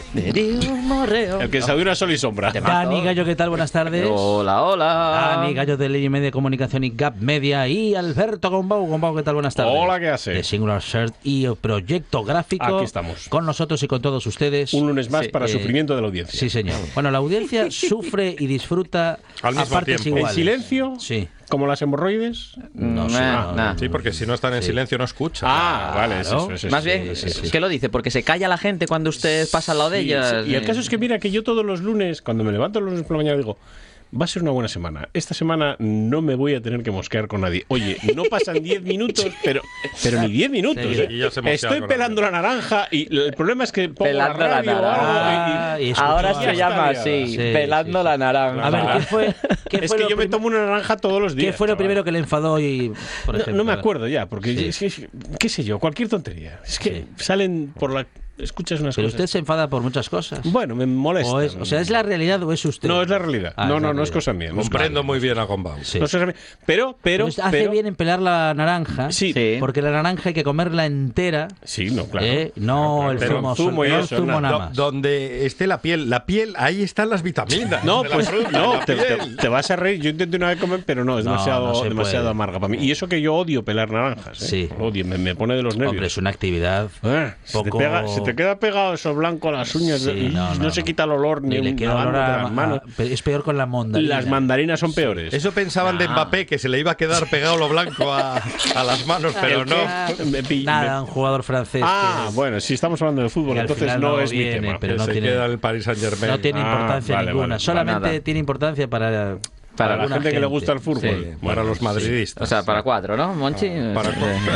El que sabe una sol y sombra. Dani Gallo, ¿qué tal? Buenas tardes. Hola, hola. Dani Gallo de Ley y Media Comunicación y Gap Media. Y Alberto Gombau. Gombau, ¿qué tal? Buenas tardes. Hola, ¿qué hace? De Singular Shirt y Proyecto Gráfico. Aquí estamos. Con nosotros y con todos ustedes. Un lunes más Sí, para eh, sufrimiento de la audiencia. Sí, señor. Bueno, la audiencia sufre y disfruta Al a mismo partes tiempo. iguales. ¿En silencio? Sí. ¿Como las hemorroides? No sé. Nah, no, nah. no. Sí, porque si no están en Sí. silencio no escuchan. Ah, vale, es Claro. eso, es eso. Más bien, sí, sí. ¿qué lo dice? Porque se calla la gente cuando usted pasa al lado de Sí, ellas. sí. Y el caso es que mira que yo todos los lunes, cuando me levanto los lunes por la mañana, digo, va a ser una buena semana. Esta semana no me voy a tener que mosquear con nadie. Oye, no pasan diez minutos, pero, pero ni diez minutos. Sí, ¿eh? y ya se mosquea Estoy con pelando la naranja y el problema es que pongo Pelando la la radio o naranja. algo y- y escucho Ahora a- se llama está así, liada. Sí, pelando sí, la sí. naranja. A ver, ¿qué fue, qué Es fue que lo yo me prim- tomo una naranja todos los días. ¿Qué fue lo chaval. primero que le enfadó hoy, por No, ejemplo? no me acuerdo ya, porque Sí. es que- qué sé yo, cualquier tontería. Es que salen por la... Escuchas unas Pero cosas. usted se enfada por muchas cosas. Bueno, me molesta. O, es- o sea, ¿es la realidad o es usted? No, es la realidad. Ah, no, es no, la no es realidad. cosa mía. no es Comprendo cosa muy bien a Gombau. Sí. No es cosa mía. Pero, pero, Pues hace pero... bien en pelar la naranja, Sí. Sí. porque la naranja hay que comerla entera, Sí, no, claro. ¿eh? no Claro, el pero zumo, zumo y no el eso, zumo no. nada Do- más. donde esté la piel. La piel, ahí están las vitaminas. No, de la pues fruta, no, la te, te- piel. te vas a reír. Yo intenté una vez comer, pero no, es No, demasiado, no se demasiado puede. amarga para mí. Y eso que yo odio pelar naranjas. ¿eh? Sí. Lo odio, me, me pone de los nervios. Hombre, es una actividad Ah, se, te poco... pega- se te queda pegado eso blanco a las uñas. Sí, y no, no, no, se no. quita el olor ni, Ni le un- queda olor lavándote a, las manos. a- es peor con la mandarina. Las mandarinas son peores. Eso pensaban de Mbappé, que se le iba a quedar pegado lo blanco a, a las manos, pero ¿El no. qué? Me pi- Nada, me- un jugador francés Ah, que, bueno, si estamos hablando de fútbol, que al entonces final no no es viene, mi tema. pero Que no se tiene- queda en el Paris Saint Germain. no tiene Ah, importancia vale, ninguna. vale. Solamente Nada. tiene importancia para... Para la alguna gente que le gente. gusta el fútbol. Sí. Para los madridistas. O sea, para cuatro, ¿no, Monchi? Para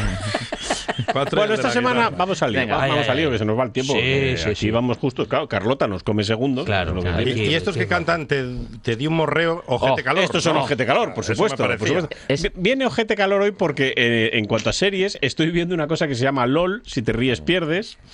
Cuatro Bueno, de esta la semana guitarra. vamos al lío. Venga. vamos Ay, al ay, lío, ay. que se nos va el tiempo. Sí, porque sí, aquí sí. vamos justo. Claro, Carlota nos come segundos. Claro, es lo que claro. tiene. Y, y estos que cantan, te, te di un morreo, ojete Oh, calor. Estos son ¿no? Ojete Calor, por Eso me supuesto. por parecía. supuesto. Es- Vi- Viene Ojete Calor hoy porque, eh, en cuanto a series, estoy viendo una cosa que se llama LOL, si te ríes pierdes.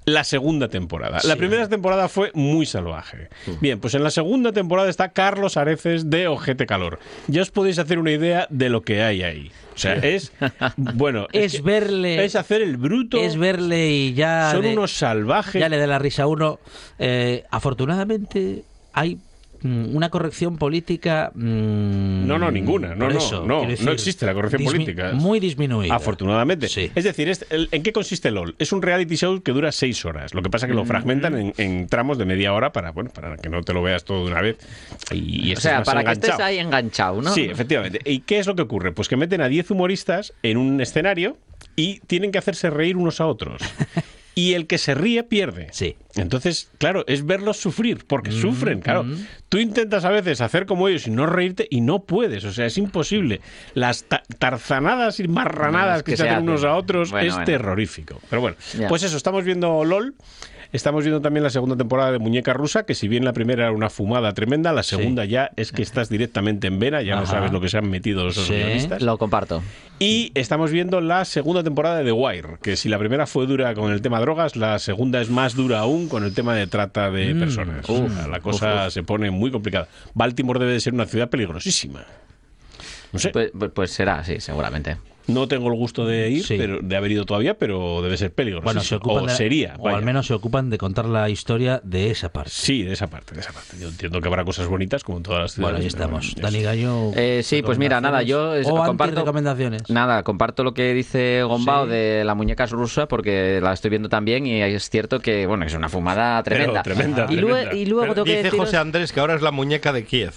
la segunda temporada. Sí. La primera temporada fue muy salvaje. Bien, pues en la segunda temporada está Carlos Areces de Ojete Calor. Ya os podéis hacer una idea de lo que hay ahí. O sea, es... Bueno, es, es verle... Es hacer el bruto. Es verle y ya... Son de, unos salvajes. Ya le da la risa a uno. Eh, afortunadamente hay... una corrección política mmm, no no ninguna no no eso, no decir, no existe la corrección dismi- política muy disminuida afortunadamente sí. Es decir, es, el, ¿en qué consiste LOL? Es un reality show que dura seis horas, lo que pasa es que lo fragmentan en, en tramos de media hora para bueno para que no te lo veas todo de una vez y, y o sea para enganchado. Que estés ahí enganchado, ¿no? Sí, efectivamente. ¿Y qué es lo que ocurre? Pues que meten a diez humoristas en un escenario y tienen que hacerse reír unos a otros. Y el que se ríe pierde. Sí. Entonces, claro, es verlos sufrir, porque mm, sufren, claro. Mm. Tú intentas a veces hacer como ellos y no reírte y no puedes, o sea, es imposible. Las ta- tarzanadas y marranadas no, que, que se hacen hacen unos a otros bueno, es bueno. terrorífico. Pero bueno, yeah. Pues eso, estamos viendo LOL. Estamos viendo también la segunda temporada de Muñeca Rusa, que si bien la primera era una fumada tremenda, la segunda sí. ya es que estás directamente en vena, ya Ajá. no sabes lo que se han metido esos sí, guionistas. Lo comparto. Y estamos viendo la segunda temporada de The Wire, que si la primera fue dura con el tema drogas, la segunda es más dura aún con el tema de trata de mm, personas. Uf, o sea, la cosa uf, uf. se pone muy complicada. Baltimore debe de ser una ciudad peligrosísima. No sé. Pues, pues será, sí, seguramente. No tengo el gusto de ir, sí. pero de haber ido todavía, pero debe ser peligroso. Bueno, se ocupan o de, sería. O al menos se ocupan de contar la historia de esa parte. Sí, de esa parte, de esa parte. Yo entiendo que habrá cosas bonitas como en todas las ciudades. Bueno, ahí estamos. Bueno, Dani Gallo. Eh, sí, pues mira, nada, yo es, o comparto recomendaciones. Nada, comparto lo que dice Gombao sí. de la muñeca rusa porque la estoy viendo también y es cierto que bueno, es una fumada tremenda. Pero, tremenda, y, tremenda. Luego, y luego tengo que dice deciros... José Andrés que ahora es la muñeca de Kiev.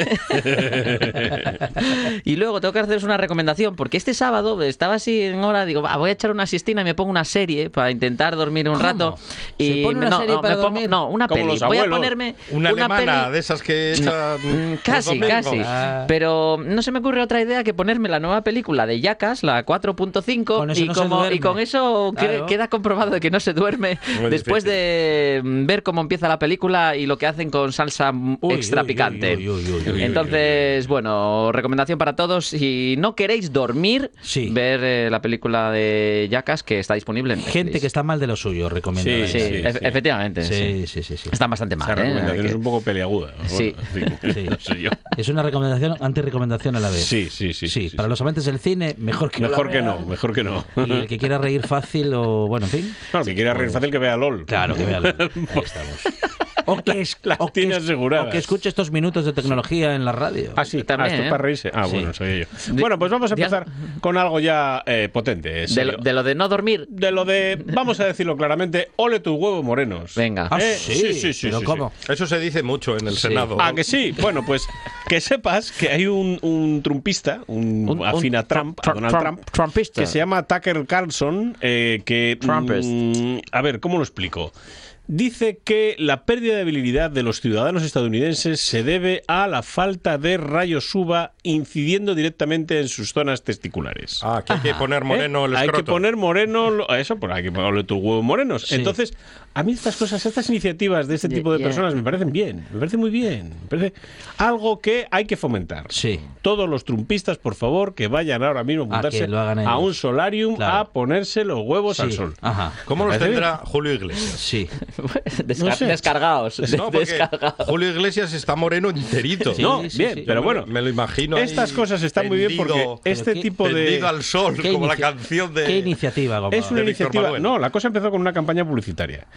Y luego tengo que haceros una recomendación porque este sábado estaba así en hora, digo, va, voy a echar una siestina y me pongo una serie para intentar dormir un ¿Cómo? rato. Y ¿Se pone una no, serie no, para me dormir? Pongo, no, una Como peli. los Voy abuelos. a ponerme una, una alemana peli... de esas que echa no, casi, casi. Ah. Pero no se me ocurre otra idea que ponerme la nueva película de Jackass, la cuatro punto cinco, y, no como, y con eso claro. queda comprobado de que no se duerme muy después difícil. De ver cómo empieza la película y lo que hacen con salsa uy, extra uy, picante. Uy, uy, uy, uy, Entonces, uy, uy, uy. bueno, recomendación para todos. Si no queréis dormir, sí. ver eh, la película de Jackass que está disponible en Netflix. Gente que está mal de lo suyo, recomiendo. Sí, sí, sí, sí. efectivamente. Sí, sí, sí, sí. Están bastante mal. ¿eh? Que... Es un poco peliaguda. Sí. Bueno, sí. sí. No sé yo. Es una recomendación, anti-recomendación a la vez. Sí, sí, sí. Sí, sí para sí. los amantes del cine, mejor que Mejor no que no, mejor que no. Y el que quiera reír fácil o, bueno, en fin. No, el que quiera reír fácil que vea LOL. Claro, que vea LOL. Ahí estamos. O que, es, la, o, tiene que, o que escuche estos minutos de tecnología en la radio. Ah, sí, también. Ah, esto ¿eh? es para reírse. Ah, sí. Bueno, soy yo. De, bueno, pues vamos a empezar ya... con algo ya eh, potente. De lo, de lo de no dormir. De lo de, vamos a decirlo claramente, ole tus huevos morenos. Venga. Ah, eh, sí, sí, sí, sí, pero sí, ¿cómo? Sí. Eso se dice mucho en el sí. Senado. Ah, que sí. Bueno, pues que sepas que hay un, un trumpista, un, un afín a Trump, Trump, a Donald Trump, Trump, Trumpista. que se llama Tucker Carlson, eh, que... Mm, a ver, ¿cómo lo explico? Dice que la pérdida de habilidad de los ciudadanos estadounidenses se debe a la falta de rayos U V A incidiendo directamente en sus zonas testiculares. Ah, que hay que poner moreno ¿Eh? el escroto. Hay que poner moreno, eso, pues hay que ponerle tus huevos morenos. Sí. Entonces, a mí estas cosas, estas iniciativas de este tipo de yeah. personas me parecen bien, me parece muy bien. Me parece algo que hay que fomentar. Sí. Todos los trumpistas, por favor, que vayan ahora mismo a apuntarse a, a un solarium claro. a ponerse los huevos sí. al sol. Ajá. ¿Cómo los tendrá bien? Julio Iglesias? Sí. Descar no sé. Descargados. No, porque descargados. Julio Iglesias está moreno enterito. Sí, no, sí, bien, sí. pero bueno. Me lo imagino. Estas cosas están tendido, muy bien porque este qué, tipo de... Tendido al sol, como la canción de... ¿Qué iniciativa? Como es una iniciativa... No, la cosa empezó con una campaña publicitaria.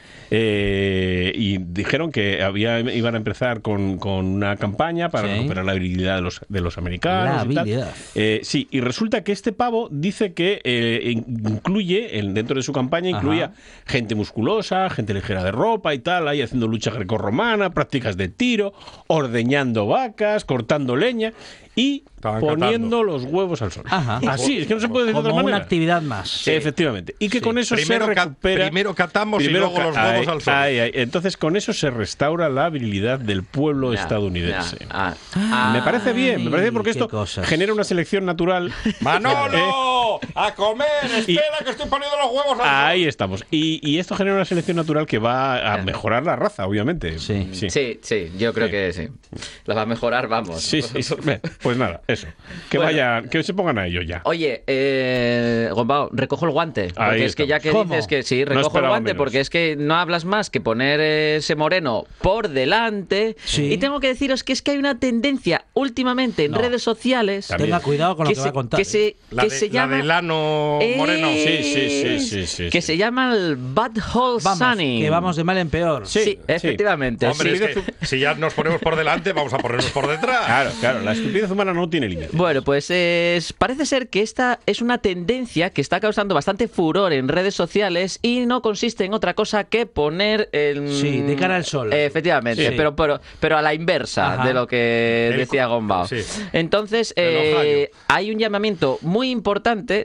Eh, y dijeron que había, iban a empezar con, con una campaña para sí. recuperar la habilidad de los, de los americanos. La y habilidad. Tal. Eh, sí, y resulta que este pavo dice que eh, incluye, en, dentro de su campaña, incluía Ajá. gente musculosa, gente ligera de ropa y tal, ahí haciendo lucha grecorromana, prácticas de tiro, ordeñando vacas, cortando leña y Estaban poniendo catando. los huevos al sol. Ajá. Así, es que no se puede decir como de otra manera. Una actividad más. Sí. Efectivamente. Y que sí. con eso primero se recupera... Primero catamos primero y luego los ay, huevos al sol. Ay, ay. Entonces con eso se restaura la virilidad del pueblo ya, estadounidense. Ya. Ah, me parece bien, me parece bien porque esto cosas. genera una selección natural. ¡Manolo! ¡Hijo! ¡A comer! ¡Espera que estoy poniendo los huevos! Ahí estamos. Y, y esto genera una selección natural que va a mejorar la raza, obviamente. Sí, sí, sí, sí yo creo sí. que sí. La va a mejorar, vamos. Sí, sí, sí. Pues nada, eso. Que bueno. vayan, que se pongan a ello ya. Oye, eh, Gombao, recojo el guante. Porque Ahí es que ya que ¿Cómo? dices que sí, recojo no el guante, menos. porque es que no hablas más que poner ese moreno por delante. Sí. Y tengo que deciros que es que hay una tendencia últimamente en no. redes sociales. También. Tenga cuidado con lo que, que se, va a contar. Que se, la que de, se llama. La del ano moreno. Sí, sí, sí, sí, sí. Que sí. se llama el Butthole Sunny. Que vamos de mal en peor. Sí, sí efectivamente. Sí. Hombre, sí. Es que, si ya nos ponemos por delante, vamos a ponernos por detrás. Claro, claro. La estupidez humana no tiene límite. Bueno, pues es, parece ser que esta es una tendencia que está causando bastante furor en redes sociales y no consiste en otra cosa que poner el... Sí, de cara al sol. Eh, efectivamente, sí. pero, pero, pero a la inversa Ajá. de lo que el, decía Gombao. Sí. Entonces, eh, hay un llamamiento muy importante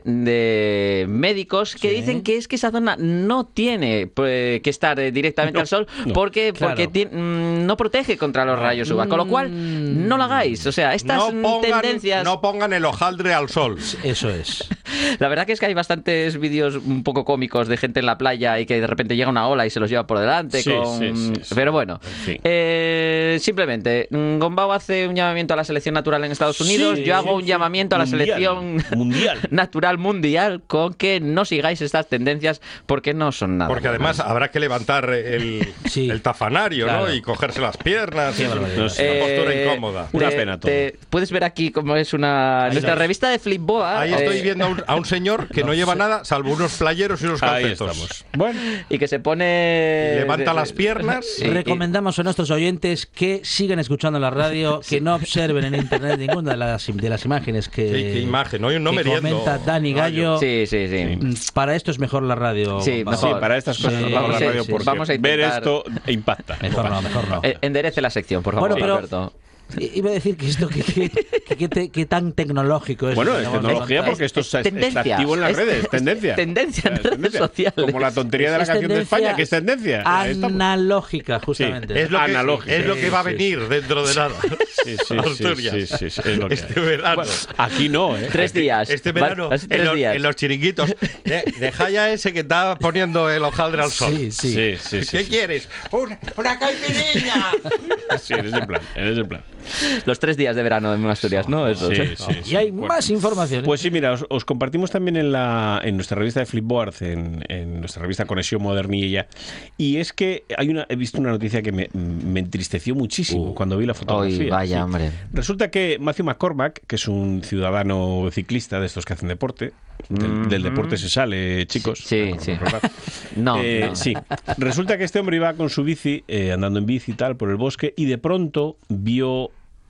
de médicos que sí. dicen que es que esa zona no tiene pues, que estar directamente no, al sol no, porque, claro. porque ti, mmm, no protege contra los rayos U V A, con lo cual no lo hagáis. O sea, estas no pongan, tendencias... No pongan el hojaldre al sol. Eso es. La verdad que es que hay bastantes vídeos un poco cómicos de gente en la playa y que de repente llega una ola y se los lleva por delante. Sí, con... sí, sí, sí. Pero bueno, sí. eh, simplemente, Gombao hace un llamamiento a la selección natural en Estados Unidos. Sí, Yo hago un llamamiento a la mundial, selección mundial. natural mundial con que no sigáis estas tendencias porque no son nada. Porque además habrá que levantar el, sí. el tafanario, claro. ¿no? Y cogerse las piernas. Sí, no sé. Una eh, postura incómoda. Una te, pena todo. Te, puedes ver aquí cómo es una... Ahí nuestra no. revista de Flipboa. Ahí eh, estoy viendo a un, a un señor que no, no lleva sé. nada salvo unos playeros y unos calcetos. Bueno. Y que se pone... Levanta de, las piernas. Sí, Recomendamos a nuestros oyentes que sigan escuchando la radio, que no observen en internet ninguna de las, de las imágenes que, sí, qué imagen, no, no que comenta Dani Gallo. Sí, sí, sí. Para esto es mejor la radio. Sí, mejor. Sí, para estas cosas sí, vamos, la radio sí, porque vamos a intentar... ver esto impacta. Mejor no, mejor no. Enderece la sección, por favor, bueno, pero... Alberto. Iba a decir que esto que, que, que, que, que tan tecnológico es. Bueno, es tecnología porque esto es, es, es activo en las es, redes, tendencia. Tendencia en redes tendencia. sociales. Como la tontería de la es canción de España, que es tendencia. Analógica, justamente. Sí, es, lo que, analógica. es lo que va a venir sí, dentro de nada. Sí, sí, Asturias. Sí, sí, sí, sí, es lo que este hay. verano. Bueno, aquí no, ¿eh? Tres días. Este verano, tres en, los, días. en los chiringuitos. De, deja ya ese que está poniendo el hojaldre al sol. Sí, sí. sí, sí, sí ¿Qué sí. quieres? Una, una caipirinha. Sí, en ese plan, en ese plan. Los tres días de verano en Asturias, ¿no? Eso, sí, sí. Sí, sí. Y hay bueno, más información. Pues sí, mira, os, os compartimos también en la en nuestra revista de Flipboard, en, en nuestra revista Conexión Modernilla, y es que hay una he visto una noticia que me, me entristeció muchísimo uh, cuando vi la fotografía. Hoy, vaya, sí. hombre. Resulta que Matthew McCormack, que es un ciudadano ciclista de estos que hacen deporte, del, mm-hmm. del deporte se sale, chicos. Sí, sí. no, eh, no. Sí. Resulta que este hombre iba con su bici, eh, andando en bici y tal, por el bosque, y de pronto vio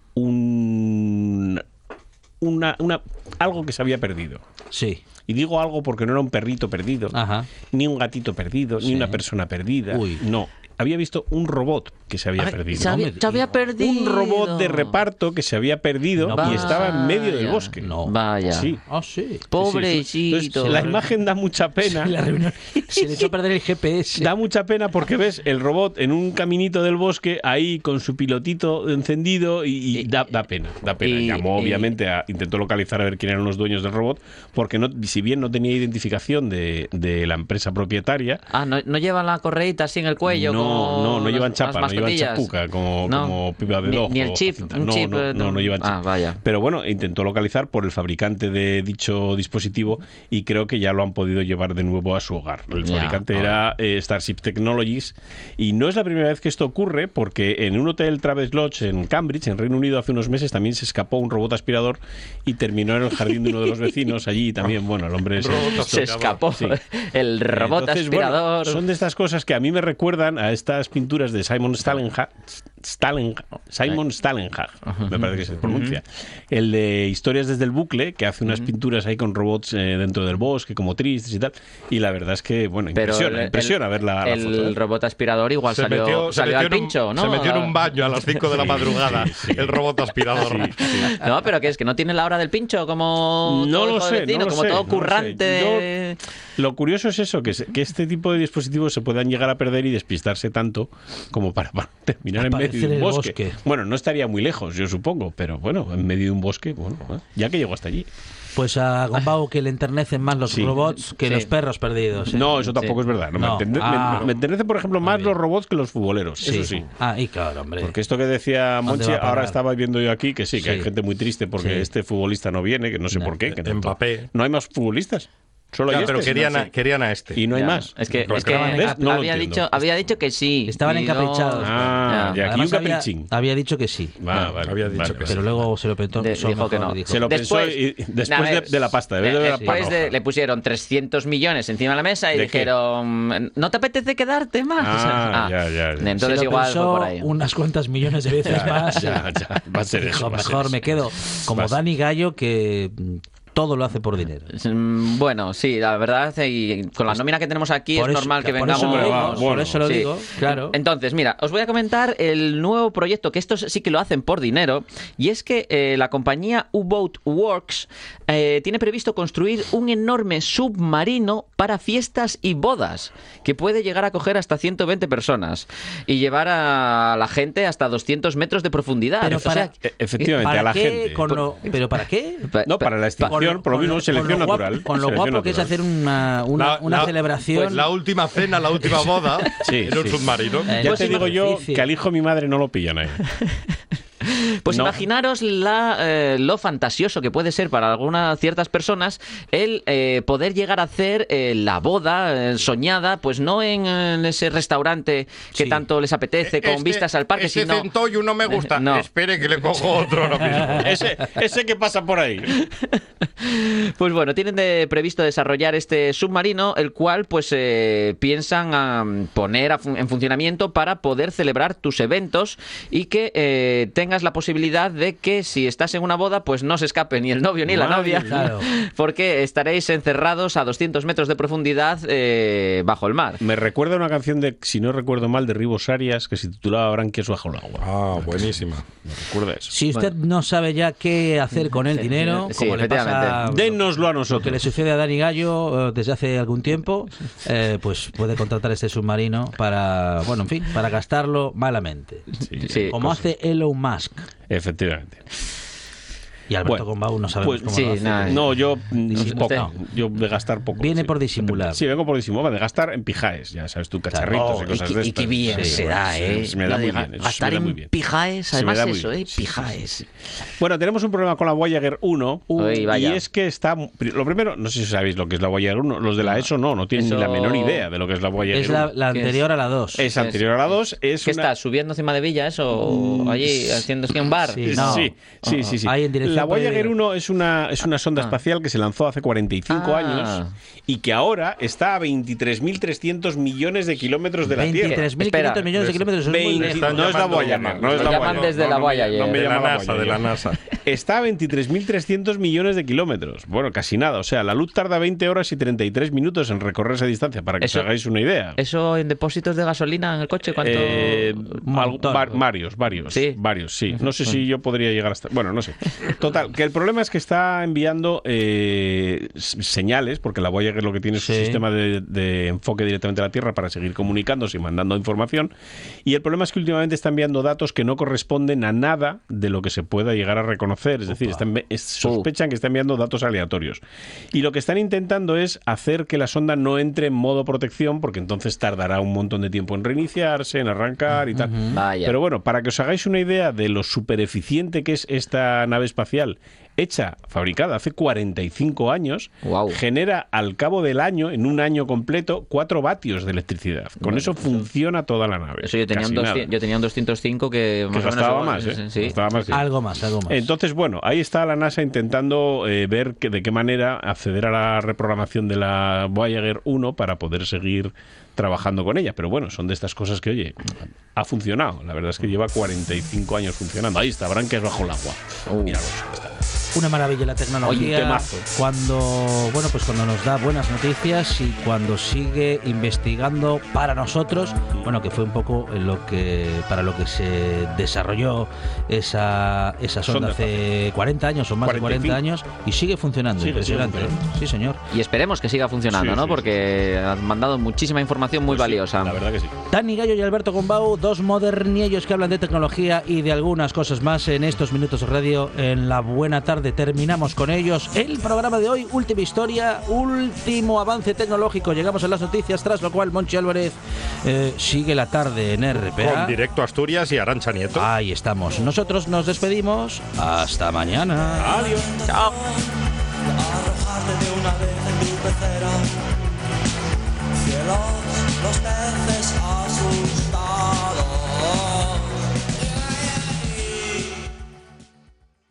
un una, una algo que se había perdido. Sí. Y digo algo porque no era un perrito perdido, Ajá. ni un gatito perdido, sí. ni una persona perdida. Uy. No. Había visto un robot que se había Ay, perdido. Se había, se había perdido. Un robot de reparto que se había perdido no, y vaya. estaba en medio del bosque. No. Vaya. Sí. Oh, sí. Pobrecito. Entonces, la imagen da mucha pena. Sí, la reunión, se le echó a perder el G P S. Da mucha pena porque ves el robot en un caminito del bosque ahí con su pilotito encendido y, y, y da, da pena. Da pena. Y, Llamó, y, obviamente, a, intentó localizar a ver quién eran los dueños del robot porque no, si bien no tenía identificación de, de la empresa propietaria. Ah, ¿no, no llevan la correíta así en el cuello? No, como no, no llevan las, chapa, las no llevan chapuca como, no. como pipa de ni, ojo. Ni el chip. Un no, chip no, no, no, no llevan chip. Ah, vaya. Pero bueno, intentó localizar por el fabricante de dicho dispositivo y creo que ya lo han podido llevar de nuevo a su hogar. El fabricante ya, era eh, Starship Technologies y no es la primera vez que esto ocurre porque en un hotel Travis Lodge en Cambridge, en Reino Unido, hace unos meses también se escapó un robot aspirador y terminó en el jardín de uno de los vecinos allí también. Bueno, el hombre se, se escapó. Sí. El robot Entonces, aspirador. Bueno, son de estas cosas que a mí me recuerdan a estas pinturas de Simon Stalenhag, Stalen, Simon Stalenhag, uh-huh. me parece que se pronuncia. Uh-huh. El de Historias desde el bucle, que hace unas uh-huh. pinturas ahí con robots eh, dentro del bosque, como tristes y tal. Y la verdad es que, bueno, impresiona, el, impresiona el, ver la, el la foto. El robot aspirador igual se salió, metió, salió al pincho, un, ¿no? Se metió en un baño a las cinco de la madrugada, sí, sí. el robot aspirador. Sí, sí. No, pero que es que no tiene la hora del pincho como no todo lo sé, vecino, no lo como sé, todo no currante. Lo, sé. Yo, lo curioso es eso, que, se, que este tipo de dispositivos se puedan llegar a perder y despistarse tanto como para, para terminar en medio medio de un bosque. bosque. Bueno, no estaría muy lejos, yo supongo, pero bueno, en medio de un bosque, bueno, ya que llegó hasta allí. Pues a Gombau que le enternecen más los sí. robots que sí. los perros perdidos. ¿eh? No, eso tampoco sí. es verdad. No, no. Me, enterne, ah, me, me enternecen, por ejemplo, más los robots que los futboleros. Sí. Eso sí. Ah, y claro, hombre. Porque esto que decía Monchi, ahora estaba viendo yo aquí que sí, que sí. hay gente muy triste porque sí. este futbolista no viene, que no sé no. por qué. Que Mbappé. No hay más futbolistas. Solo claro, este, pero querían, no, a, sí. querían a este. Y no hay ya. más. Es que, es que ¿ves? No había, dicho, había dicho que sí. Estaban encaprichados. Ah, ya, aquí un caprichín. Había, había dicho que sí. Ah, vale, había dicho vale, que pero sí. Pero luego se lo pensó. De, dijo que no. Dijo. Se lo después, pensó y, después nah, de, de la pasta. De, de, de la después de, le pusieron trescientos millones encima de la mesa y ¿De dijeron, qué? ¿no te apetece quedarte más? Ah, ah ya, ya, ya. Entonces se lo igual pensó fue por ahí. unas cuantas millones de veces más. Ya, ya. Va a ser eso. Mejor me quedo como Dani Gallo que... todo lo hace por dinero. Bueno, sí, la verdad, y con la nómina que tenemos aquí por es eso, normal que por vengamos... Eso lo digo, bueno, por eso lo sí. digo, claro. Entonces, mira, os voy a comentar el nuevo proyecto, que estos sí que lo hacen por dinero, y es que eh, la compañía U-Boat Works eh, tiene previsto construir un enorme submarino para fiestas y bodas, que puede llegar a coger hasta ciento veinte personas y llevar a la gente hasta doscientos metros de profundidad. Pero o para, sea, efectivamente, ¿para a la qué, gente. Con lo, ¿Pero para qué? No, para la extinción, por lo mismo, selección con lo natural. Guapo, con lo selección guapo natural. que es hacer una, una, la, una la, celebración. Pues la última cena, la última boda sí, en un sí. submarino. Eh, ya pues te digo yo difícil. que al hijo de mi madre no lo pillan ahí. Pues no. imaginaros la, eh, lo fantasioso que puede ser para algunas ciertas personas el eh, poder llegar a hacer eh, la boda eh, soñada, pues no en, en ese restaurante que sí. tanto les apetece, con este, vistas al parque, ese sino... Ese centollo no me gusta, no. espere que le cojo otro ahora mismo. ese, ese que pasa por ahí. Pues bueno, tienen de previsto desarrollar este submarino, el cual pues eh, piensan um, poner a fun en funcionamiento para poder celebrar tus eventos y que eh, tengas la posibilidad de que si estás en una boda pues no se escape ni el novio ni Madre la novia, claro. porque estaréis encerrados a doscientos metros de profundidad eh, bajo el mar. Me recuerda una canción de, si no recuerdo mal, de Ribos Arias que se titulaba Branquias bajo el agua. Ah, buenísima. Me recuerda eso. Si usted bueno. no sabe ya qué hacer con el dinero, sí, como le pasa, dénoslo a nosotros. Lo que le sucede a Dani Gallo desde hace algún tiempo, eh, pues puede contratar este submarino para, bueno, en fin, para gastarlo malamente. Sí, sí, como cosa. hace Elon Musk. Efectivamente. Y Alberto bueno, Gombau no sabemos pues, cómo sí, lo hace. Nada, no, yo poco. No. Yo de gastar poco. Viene sí. por disimular. Sí, vengo por disimular, de gastar en pijaes, ya sabes tú, cacharritos oh, y cosas y, de estas. Y qué bien sí, se da, ¿eh? Se me da muy bien. Gastar en bien. pijaes, además eso, ¿eh? Pijaes. Sí, sí, sí. Bueno, tenemos un problema con la Voyager uno Uy, y es que está... Lo primero, no sé si sabéis lo que es la Voyager uno, los de la ESO no, no tienen eso... ni la menor idea de lo que es la Voyager es la, uno. la anterior a la dos. Es anterior a la dos. Es ¿Qué una... está? ¿Subiendo encima de villas o allí haciendo que un bar? Sí, no. sí, sí, sí, sí. Ahí en dirección la Voyager uno es una, es una sonda ah. espacial que se lanzó hace cuarenta y cinco ah. años y que ahora está a veintitrés mil trescientos millones de kilómetros de la Tierra. veintitrés mil quinientos millones de kilómetros. veinte, no es la Voyager. No es la llaman desde la Voyager. No me de la llama NASA, de la NASA. Está a veintitrés mil trescientos millones de kilómetros. Bueno, casi nada. O sea, la luz tarda veinte horas y treinta y tres minutos en recorrer esa distancia, para que eso, os hagáis una idea. ¿Eso en depósitos de gasolina en el coche? ¿Cuánto? Eh, algo, var, varios, varios. ¿Sí? Varios, sí. No sé si yo podría llegar hasta... Bueno, no sé. Total, que el problema es que está enviando eh, señales, porque la Voyager lo que tiene es un sí. sistema de, de enfoque directamente a la Tierra para seguir comunicándose y mandando información. Y el problema es que últimamente está enviando datos que no corresponden a nada de lo que se pueda llegar a reconocer. Es decir, están, es, sospechan uh. que está enviando datos aleatorios. Y lo que están intentando es hacer que la sonda no entre en modo protección, porque entonces tardará un montón de tiempo en reiniciarse, en arrancar y tal. Uh-huh. Vaya. Pero bueno, para que os hagáis una idea de lo súper eficiente que es esta nave espacial, hecha, fabricada hace cuarenta y cinco años, wow. genera al cabo del año, en un año completo, cuatro vatios de electricidad. Con bueno, eso, eso funciona toda la nave. Eso yo tenía, un doscientos, yo tenía un doscientos cinco que, que más gastaba, o menos, más, ¿eh? sí. gastaba más. Algo más, algo más. Entonces, bueno, ahí está la NASA intentando eh, ver que, de qué manera acceder a la reprogramación de la Voyager uno para poder seguir trabajando con ella. Pero bueno, son de estas cosas que, oye, ha funcionado. La verdad es que lleva cuarenta y cinco años funcionando. Ahí está, Branquias bajo el agua. Uh. Míralo, está. una maravilla la tecnología. Oye, temazo. Cuando, bueno, pues cuando nos da buenas noticias y cuando sigue investigando para nosotros, bueno, que fue un poco lo que para lo que se desarrolló esa esa sonda hace cuarenta años o más de cuarenta años y sigue funcionando. Sigue, impresionante. Sigue funcionando. Sí, señor. Y esperemos que siga funcionando, sí, ¿no? Sí, Porque sí. han mandado muchísima información muy pues valiosa. Sí, la verdad que sí. Dani Gallo y Alberto Gombau, dos moderniellos que hablan de tecnología y de algunas cosas más en estos minutos de radio en la buena tarde. Terminamos con ellos el programa de hoy, última historia, último avance tecnológico. Llegamos a las noticias, tras lo cual Monchi Álvarez eh, sigue la tarde en R P A. Con Directo a Asturias y Arantxa Nieto. Ahí estamos. Nosotros nos despedimos. Hasta mañana. Adiós. Chao.